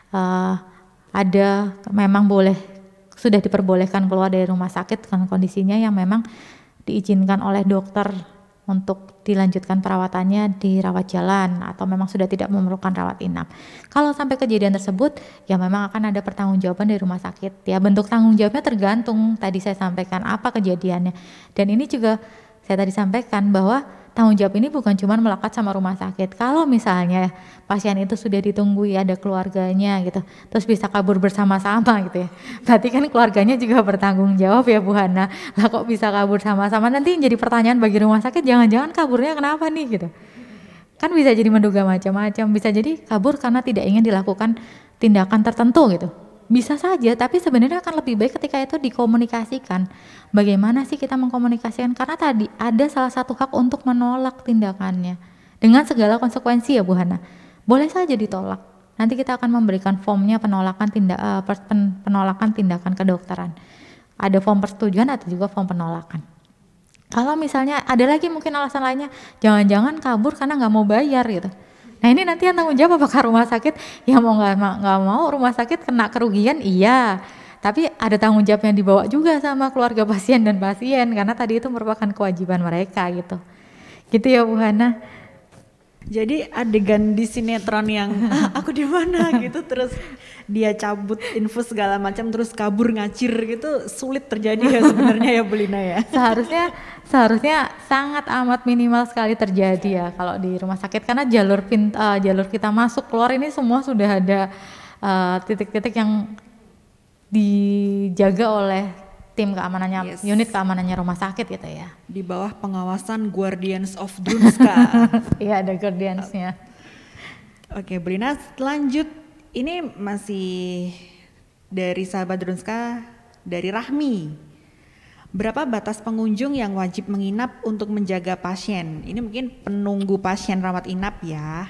ada memang boleh sudah diperbolehkan keluar dari rumah sakit dengan kondisinya yang memang diizinkan oleh dokter untuk dilanjutkan perawatannya di rawat jalan atau memang sudah tidak memerlukan rawat inap. Kalau sampai kejadian tersebut ya memang akan ada pertanggungjawaban dari rumah sakit. Ya bentuk tanggung jawabnya tergantung tadi saya sampaikan apa kejadiannya. Dan ini juga saya tadi sampaikan bahwa tanggung jawab ini bukan cuma melekat sama rumah sakit. Kalau misalnya pasien itu sudah ditunggui ada keluarganya gitu, terus bisa kabur bersama-sama gitu ya. Berarti kan keluarganya juga bertanggung jawab ya Bu Hana. Lah kok bisa kabur sama-sama? Nanti yang jadi pertanyaan bagi rumah sakit, jangan-jangan kaburnya kenapa nih gitu. Kan bisa jadi menduga macam-macam, bisa jadi kabur karena tidak ingin dilakukan tindakan tertentu gitu. Bisa saja, tapi sebenarnya akan lebih baik ketika itu dikomunikasikan. Bagaimana sih kita mengkomunikasikan? Karena tadi ada salah satu hak untuk menolak tindakannya. Dengan segala konsekuensi ya Bu Hana. Boleh saja ditolak. Nanti kita akan memberikan formnya penolakan tindakan kedokteran. Ada form persetujuan atau juga form penolakan. Kalau misalnya ada lagi mungkin alasan lainnya, jangan-jangan kabur karena nggak mau bayar gitu. Nah ini nanti yang tanggung jawab apakah rumah sakit, ya mau nggak mau rumah sakit kena kerugian iya, tapi ada tanggung jawab yang dibawa juga sama keluarga pasien dan pasien karena tadi itu merupakan kewajiban mereka gitu ya Bu Hana. Jadi adegan di sinetron yang aku di mana gitu terus dia cabut infus segala macam terus kabur ngacir gitu sulit terjadi ya sebenarnya ya Bu Lina ya. Seharusnya sangat amat minimal sekali terjadi ya kalau di rumah sakit karena jalur kita masuk keluar ini semua sudah ada titik-titik yang dijaga oleh tim keamanannya, unit keamanannya rumah sakit gitu ya. Di bawah pengawasan Guardians of Drunska. Iya ada guardiansnya. Oke Bu Lina, lanjut ini masih dari sahabat Drunska dari Rahmi. Berapa batas pengunjung yang wajib menginap untuk menjaga pasien? Ini mungkin penunggu pasien rawat inap ya.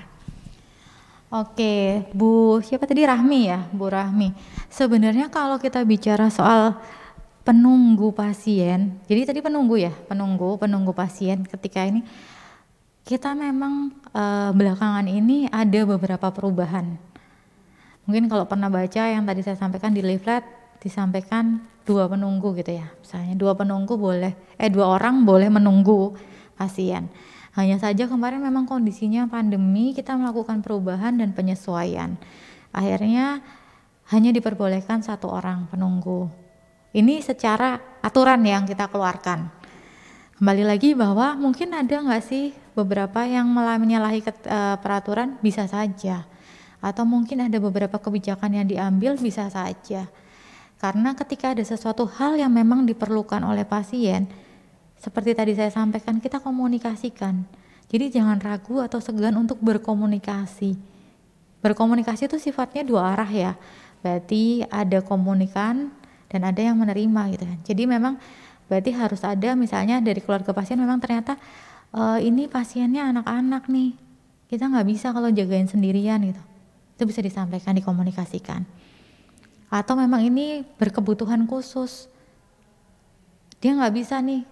Oke, Bu siapa tadi Rahmi ya, Bu Rahmi. Sebenarnya kalau kita bicara soal penunggu pasien, jadi tadi penunggu pasien ketika ini kita memang belakangan ini ada beberapa perubahan. Mungkin kalau pernah baca yang tadi saya sampaikan di leaflet disampaikan 2 penunggu gitu ya. Misalnya 2 orang boleh menunggu pasien. Hanya saja kemarin memang kondisinya pandemi, kita melakukan perubahan dan penyesuaian. Akhirnya hanya diperbolehkan 1 orang penunggu. Ini secara aturan yang kita keluarkan. Kembali lagi bahwa mungkin ada nggak sih beberapa yang menyalahi peraturan, bisa saja. Atau mungkin ada beberapa kebijakan yang diambil, bisa saja. Karena ketika ada sesuatu hal yang memang diperlukan oleh pasien, seperti tadi saya sampaikan, kita komunikasikan. Jadi jangan ragu atau segan untuk berkomunikasi. Berkomunikasi itu sifatnya 2 arah ya. Berarti ada komunikan dan ada yang menerima gitu kan. Jadi memang Berarti harus ada misalnya dari keluarga pasien memang ternyata ini pasiennya anak-anak nih, kita nggak bisa kalau jagain sendirian gitu. Itu bisa disampaikan, dikomunikasikan. Atau memang ini berkebutuhan khusus, dia nggak bisa nih,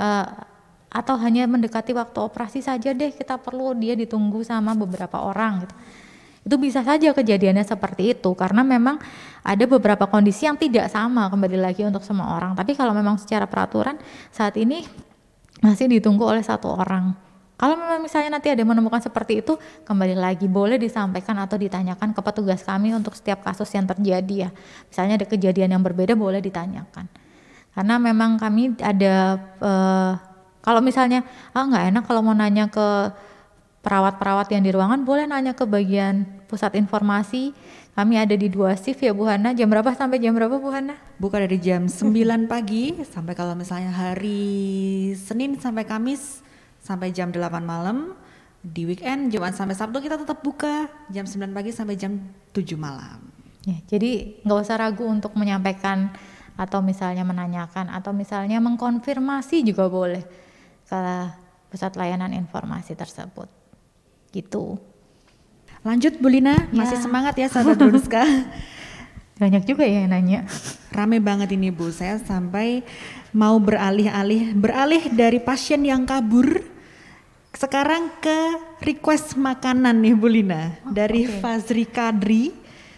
atau hanya mendekati waktu operasi saja deh, kita perlu dia ditunggu sama beberapa orang gitu. Itu bisa saja kejadiannya seperti itu karena memang ada beberapa kondisi yang tidak sama kembali lagi untuk semua orang. Tapi kalau memang secara peraturan saat ini masih ditunggu oleh satu orang. Kalau memang misalnya nanti ada menemukan seperti itu, kembali lagi boleh disampaikan atau ditanyakan ke petugas kami untuk setiap kasus yang terjadi ya. Misalnya ada kejadian yang berbeda boleh ditanyakan. Karena memang kami ada kalau misalnya nggak enak kalau mau nanya ke perawat-perawat yang di ruangan, boleh nanya ke bagian pusat informasi. Kami ada di 2 shift ya Bu Hana. Jam berapa sampai jam berapa Bu Hana? Buka dari jam 9 pagi sampai kalau misalnya hari Senin sampai Kamis sampai jam 8 malam. Di weekend Jumat sampai Sabtu kita tetap buka jam 9 pagi sampai jam 7 malam. Ya, jadi nggak usah ragu untuk menyampaikan atau misalnya menanyakan atau misalnya mengkonfirmasi juga boleh ke pusat layanan informasi tersebut. Gitu. Lanjut Bu Lina, masih semangat ya sahabat Drunska. Banyak juga ya yang nanya. Rame banget ini Bu, saya sampai mau beralih dari pasien yang kabur sekarang ke request makanan nih Bu Lina. Dari Fazri Kadri.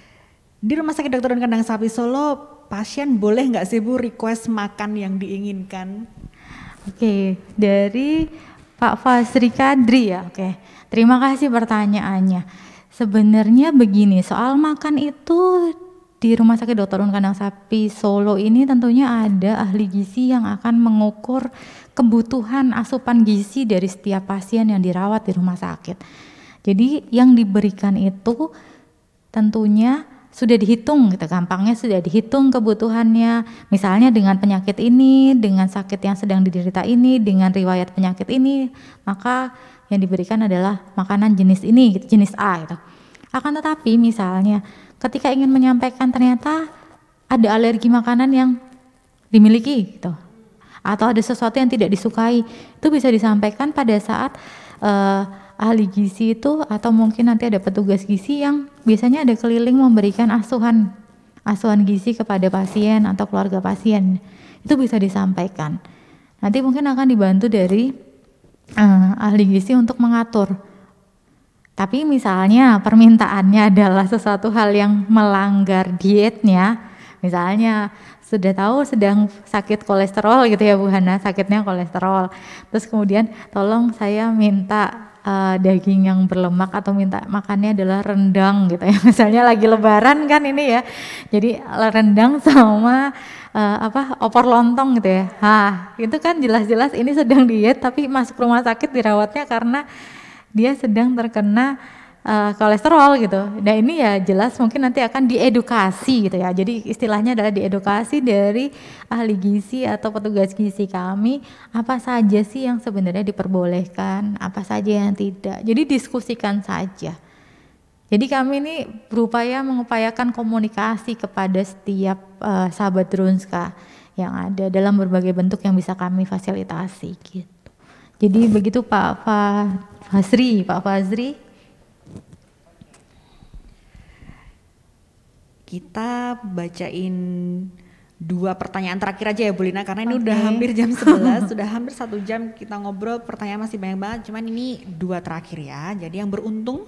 Di Rumah Sakit Dr. Kandang Sapi Solo, pasien boleh nggak sih Bu request makan yang diinginkan? Oke, dari Pak Fazri Kadri ya. Oke, terima kasih pertanyaannya. Sebenarnya begini, soal makan itu di Rumah Sakit Dr. Kandang Sapi Solo ini tentunya ada ahli gizi yang akan mengukur kebutuhan asupan gizi dari setiap pasien yang dirawat di rumah sakit. Jadi yang diberikan itu tentunya sudah dihitung gitu, gampangnya sudah dihitung kebutuhannya. Misalnya dengan penyakit ini, dengan sakit yang sedang diderita ini, dengan riwayat penyakit ini, maka yang diberikan adalah makanan jenis ini, gitu, jenis A gitu. Akan tetapi misalnya ketika ingin menyampaikan ternyata ada alergi makanan yang dimiliki gitu, atau ada sesuatu yang tidak disukai, itu bisa disampaikan pada saat ahli gizi itu atau mungkin nanti ada petugas gizi yang biasanya ada keliling memberikan asuhan gizi kepada pasien atau keluarga pasien. Itu bisa disampaikan. Nanti mungkin akan dibantu dari ahli gizi untuk mengatur. Tapi misalnya permintaannya adalah sesuatu hal yang melanggar dietnya, misalnya sudah tahu sedang sakit kolesterol gitu ya Bu Hana, sakitnya kolesterol. Terus kemudian tolong saya minta daging yang berlemak atau minta makannya adalah rendang gitu ya. Misalnya lagi lebaran kan ini ya. Jadi rendang sama opor lontong gitu ya. Itu kan jelas-jelas ini sedang diet tapi masuk rumah sakit dirawatnya karena dia sedang terkena kolesterol gitu. Nah ini ya jelas mungkin nanti akan diedukasi gitu ya. Jadi istilahnya adalah diedukasi dari ahli gizi atau petugas gizi kami, apa saja sih yang sebenarnya diperbolehkan, apa saja yang tidak. Jadi diskusikan saja. Jadi kami ini berupaya mengupayakan komunikasi kepada setiap sahabat Drunska yang ada dalam berbagai bentuk yang bisa kami fasilitasi gitu. Jadi begitu Pak Fazri. Kita bacain 2 pertanyaan terakhir aja ya Bu Lina, karena ini udah hampir jam 11, sudah hampir 1 jam kita ngobrol, pertanyaan masih banyak banget, cuman ini 2 terakhir ya, jadi yang beruntung.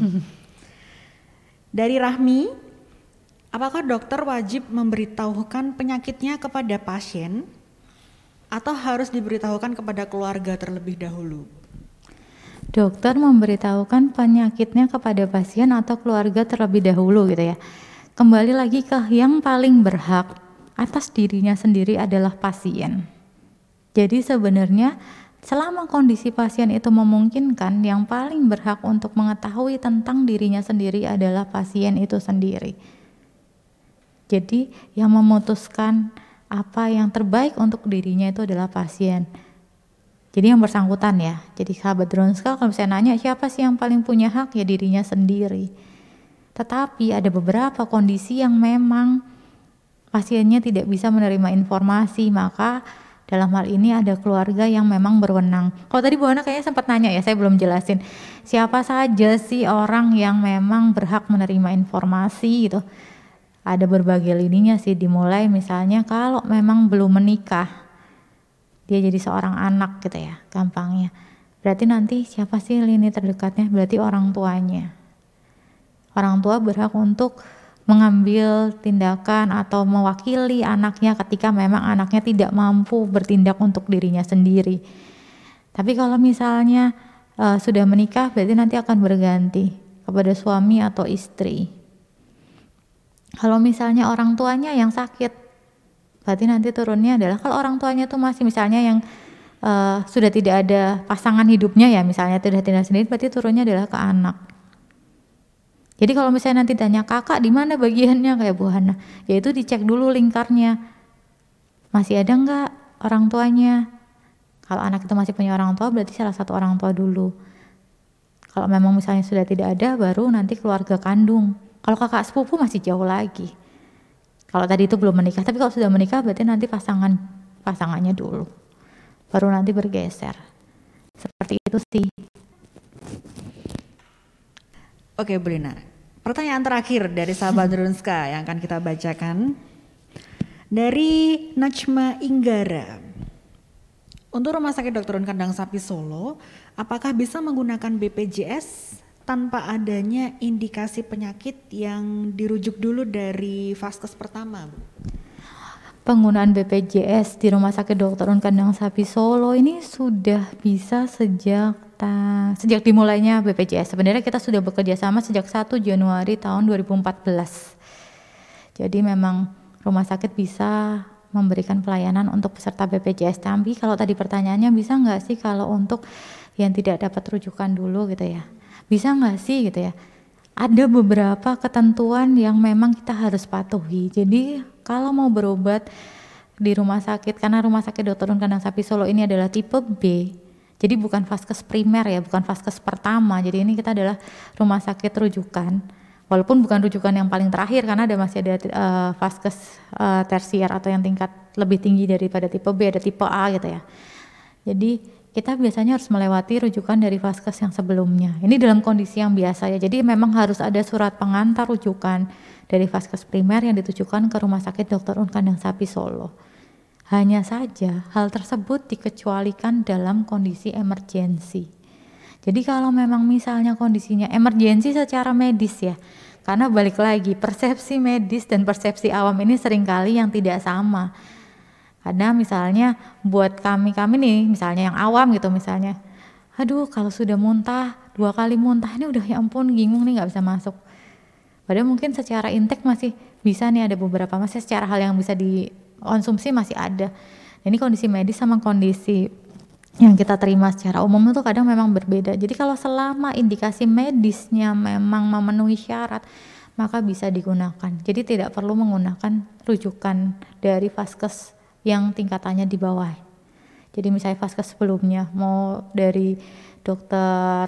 Dari Rahmi, apakah dokter wajib memberitahukan penyakitnya kepada pasien atau harus diberitahukan kepada keluarga terlebih dahulu? Dokter memberitahukan penyakitnya kepada pasien atau keluarga terlebih dahulu gitu ya. Kembali lagi ke yang paling berhak atas dirinya sendiri adalah pasien. Jadi sebenarnya selama kondisi pasien itu memungkinkan, yang paling berhak untuk mengetahui tentang dirinya sendiri adalah pasien itu sendiri. Jadi yang memutuskan apa yang terbaik untuk dirinya itu adalah pasien. Jadi yang bersangkutan ya. Jadi sahabat Drunska kalau saya nanya siapa sih yang paling punya hak, ya dirinya sendiri. Tetapi ada beberapa kondisi yang memang pasiennya tidak bisa menerima informasi, maka Dalam hal ini ada keluarga yang memang berwenang. Kalau tadi Bu Hana kayaknya sempat nanya ya, saya belum jelasin. Siapa saja sih orang yang memang berhak menerima informasi gitu. Ada berbagai lininya sih, dimulai misalnya kalau memang belum menikah, dia jadi seorang anak gitu ya, gampangnya. Berarti nanti siapa sih lini terdekatnya? Berarti orang tuanya. Orang tua berhak untuk mengambil tindakan atau mewakili anaknya ketika memang anaknya tidak mampu bertindak untuk dirinya sendiri. Tapi kalau misalnya sudah menikah, berarti nanti akan berganti kepada suami atau istri. Kalau misalnya orang tuanya yang sakit, berarti nanti turunnya adalah kalau orang tuanya tuh masih misalnya yang sudah tidak ada pasangan hidupnya ya, misalnya sudah tinggal sendiri, berarti turunnya adalah ke anak. Jadi kalau misalnya nanti tanya kakak di mana bagiannya kayak Bu Hana, yaitu dicek dulu lingkarnya, masih ada enggak orang tuanya. Kalau anak itu masih punya orang tua, berarti salah satu orang tua dulu. Kalau memang misalnya sudah tidak ada, baru nanti keluarga kandung. Kalau kakak sepupu masih jauh lagi. Kalau tadi itu belum menikah, tapi kalau sudah menikah berarti nanti pasangannya dulu, baru nanti bergeser. Seperti itu sih. Oke Bu Lina, pertanyaan terakhir dari sahabat Drunska yang akan kita bacakan dari Najma Inggara. Untuk Rumah Sakit Dr. Kandang Sapi Solo, apakah bisa menggunakan BPJS tanpa adanya indikasi penyakit yang dirujuk dulu dari vaskes pertama? Penggunaan BPJS di Rumah Sakit Dr. Kandang Sapi Solo ini sudah bisa sejak dimulainya BPJS. Sebenarnya kita sudah bekerja sama sejak 1 Januari tahun 2014. Jadi memang rumah sakit bisa memberikan pelayanan untuk peserta BPJS. Tapi kalau tadi pertanyaannya bisa nggak sih kalau untuk yang tidak dapat rujukan dulu gitu ya? Bisa nggak sih gitu ya? Ada beberapa ketentuan yang memang kita harus patuhi. Jadi kalau mau berobat di rumah sakit, karena Rumah Sakit Dr. Kandang Sapi Solo ini adalah tipe B, jadi bukan vaskes primer ya, bukan vaskes pertama. Jadi ini kita adalah rumah sakit rujukan. Walaupun bukan rujukan yang paling terakhir, karena masih ada vaskes tersier atau yang tingkat lebih tinggi daripada tipe B, ada tipe A gitu ya. Jadi kita biasanya harus melewati rujukan dari vaskes yang sebelumnya. Ini dalam kondisi yang biasa ya. Jadi memang harus ada surat pengantar rujukan dari vaskes primer yang ditujukan ke Rumah Sakit Dr. Kandang Sapi Solo. Hanya saja hal tersebut dikecualikan dalam kondisi emergensi. Jadi kalau memang misalnya kondisinya emergensi secara medis ya, karena balik lagi persepsi medis dan persepsi awam ini seringkali yang tidak sama. Karena misalnya buat kami nih, misalnya yang awam gitu misalnya, aduh kalau sudah muntah 2 kali muntah ini udah ya ampun bingung nih nggak bisa masuk. Padahal mungkin secara intake masih bisa nih, ada beberapa masih secara hal yang bisa dikonsumsi masih ada. Ini kondisi medis sama kondisi yang kita terima secara umum itu kadang memang berbeda. Jadi kalau selama indikasi medisnya memang memenuhi syarat, maka bisa digunakan. Jadi tidak perlu menggunakan rujukan dari vaskes yang tingkatannya di bawah. Jadi misalnya vaskes sebelumnya mau dari dokter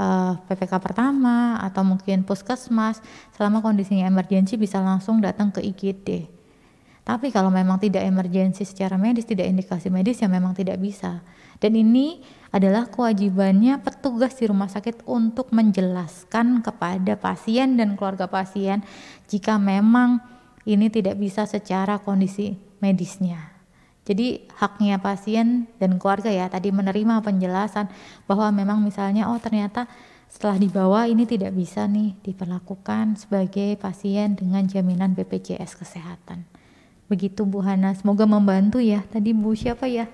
PPK pertama atau mungkin puskesmas, selama kondisinya emergensi bisa langsung datang ke IGD. Tapi kalau memang tidak emergensi secara medis, tidak indikasi medis, ya memang tidak bisa. Dan ini adalah kewajibannya petugas di rumah sakit untuk menjelaskan kepada pasien dan keluarga pasien jika memang ini tidak bisa secara kondisi medisnya. Jadi haknya pasien dan keluarga ya tadi menerima penjelasan bahwa memang misalnya ternyata setelah dibawa ini tidak bisa nih diperlakukan sebagai pasien dengan jaminan BPJS Kesehatan. Begitu Bu Hana, semoga membantu ya. Tadi Bu siapa ya?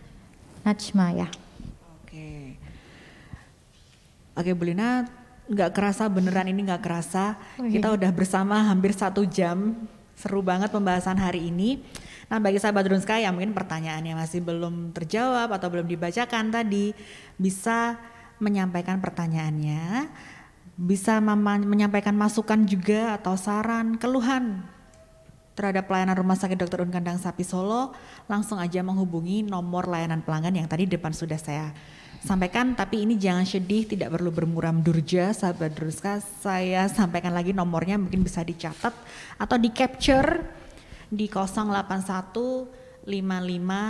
Najma ya. Oke Bu Lina, nggak kerasa beneran ini nggak kerasa. Kita udah bersama hampir 1 jam. Seru banget pembahasan hari ini. Nah bagi sahabat Drunska yang mungkin pertanyaannya masih belum terjawab atau belum dibacakan tadi, bisa menyampaikan pertanyaannya, bisa menyampaikan masukan juga atau saran, keluhan terhadap pelayanan Rumah Sakit Dr. Kandang Sapi Solo, langsung aja menghubungi nomor layanan pelanggan yang tadi depan sudah saya sampaikan. Tapi ini jangan sedih, tidak perlu bermuram durja sahabat Drunska. Saya sampaikan lagi nomornya, mungkin bisa dicatat atau di capture di 081 55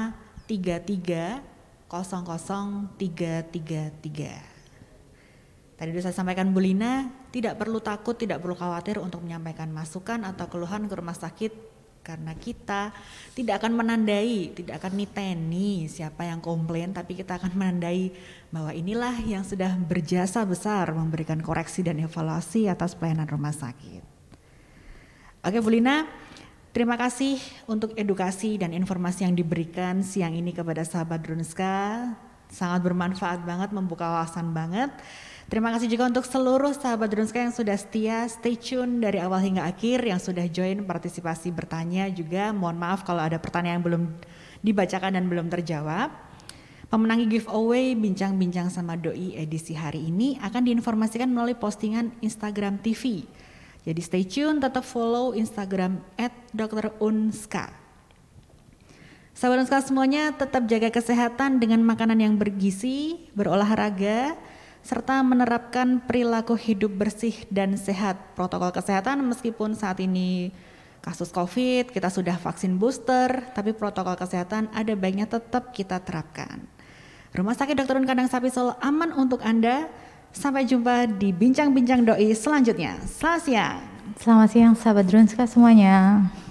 Tadi sudah saya sampaikan Bu Lina, tidak perlu takut, tidak perlu khawatir untuk menyampaikan masukan atau keluhan ke rumah sakit karena kita tidak akan menandai, tidak akan niteni siapa yang komplain, tapi kita akan menandai bahwa inilah yang sudah berjasa besar memberikan koreksi dan evaluasi atas pelayanan rumah sakit. Oke Bu Lina, terima kasih untuk edukasi dan informasi yang diberikan siang ini kepada sahabat Drunska. Sangat bermanfaat banget, membuka wawasan banget. Terima kasih juga untuk seluruh sahabat Drunska yang sudah setia, stay tune dari awal hingga akhir, yang sudah join partisipasi bertanya juga. Mohon maaf kalau ada pertanyaan yang belum dibacakan dan belum terjawab. Pemenangi giveaway Bincang-Bincang sama Doi edisi hari ini akan diinformasikan melalui postingan Instagram TV. Jadi stay tune, tetap follow Instagram @drunska. Sahabat Drunska semuanya tetap jaga kesehatan dengan makanan yang bergizi, berolahraga, serta menerapkan perilaku hidup bersih dan sehat. Protokol kesehatan meskipun saat ini kasus COVID, kita sudah vaksin booster, tapi protokol kesehatan ada baiknya tetap kita terapkan. Rumah Sakit Dr. Un Kandang Sapi Solo aman untuk Anda. Sampai jumpa di Bincang-Bincang Doi selanjutnya. Selamat siang. Selamat siang sahabat Drunska semuanya.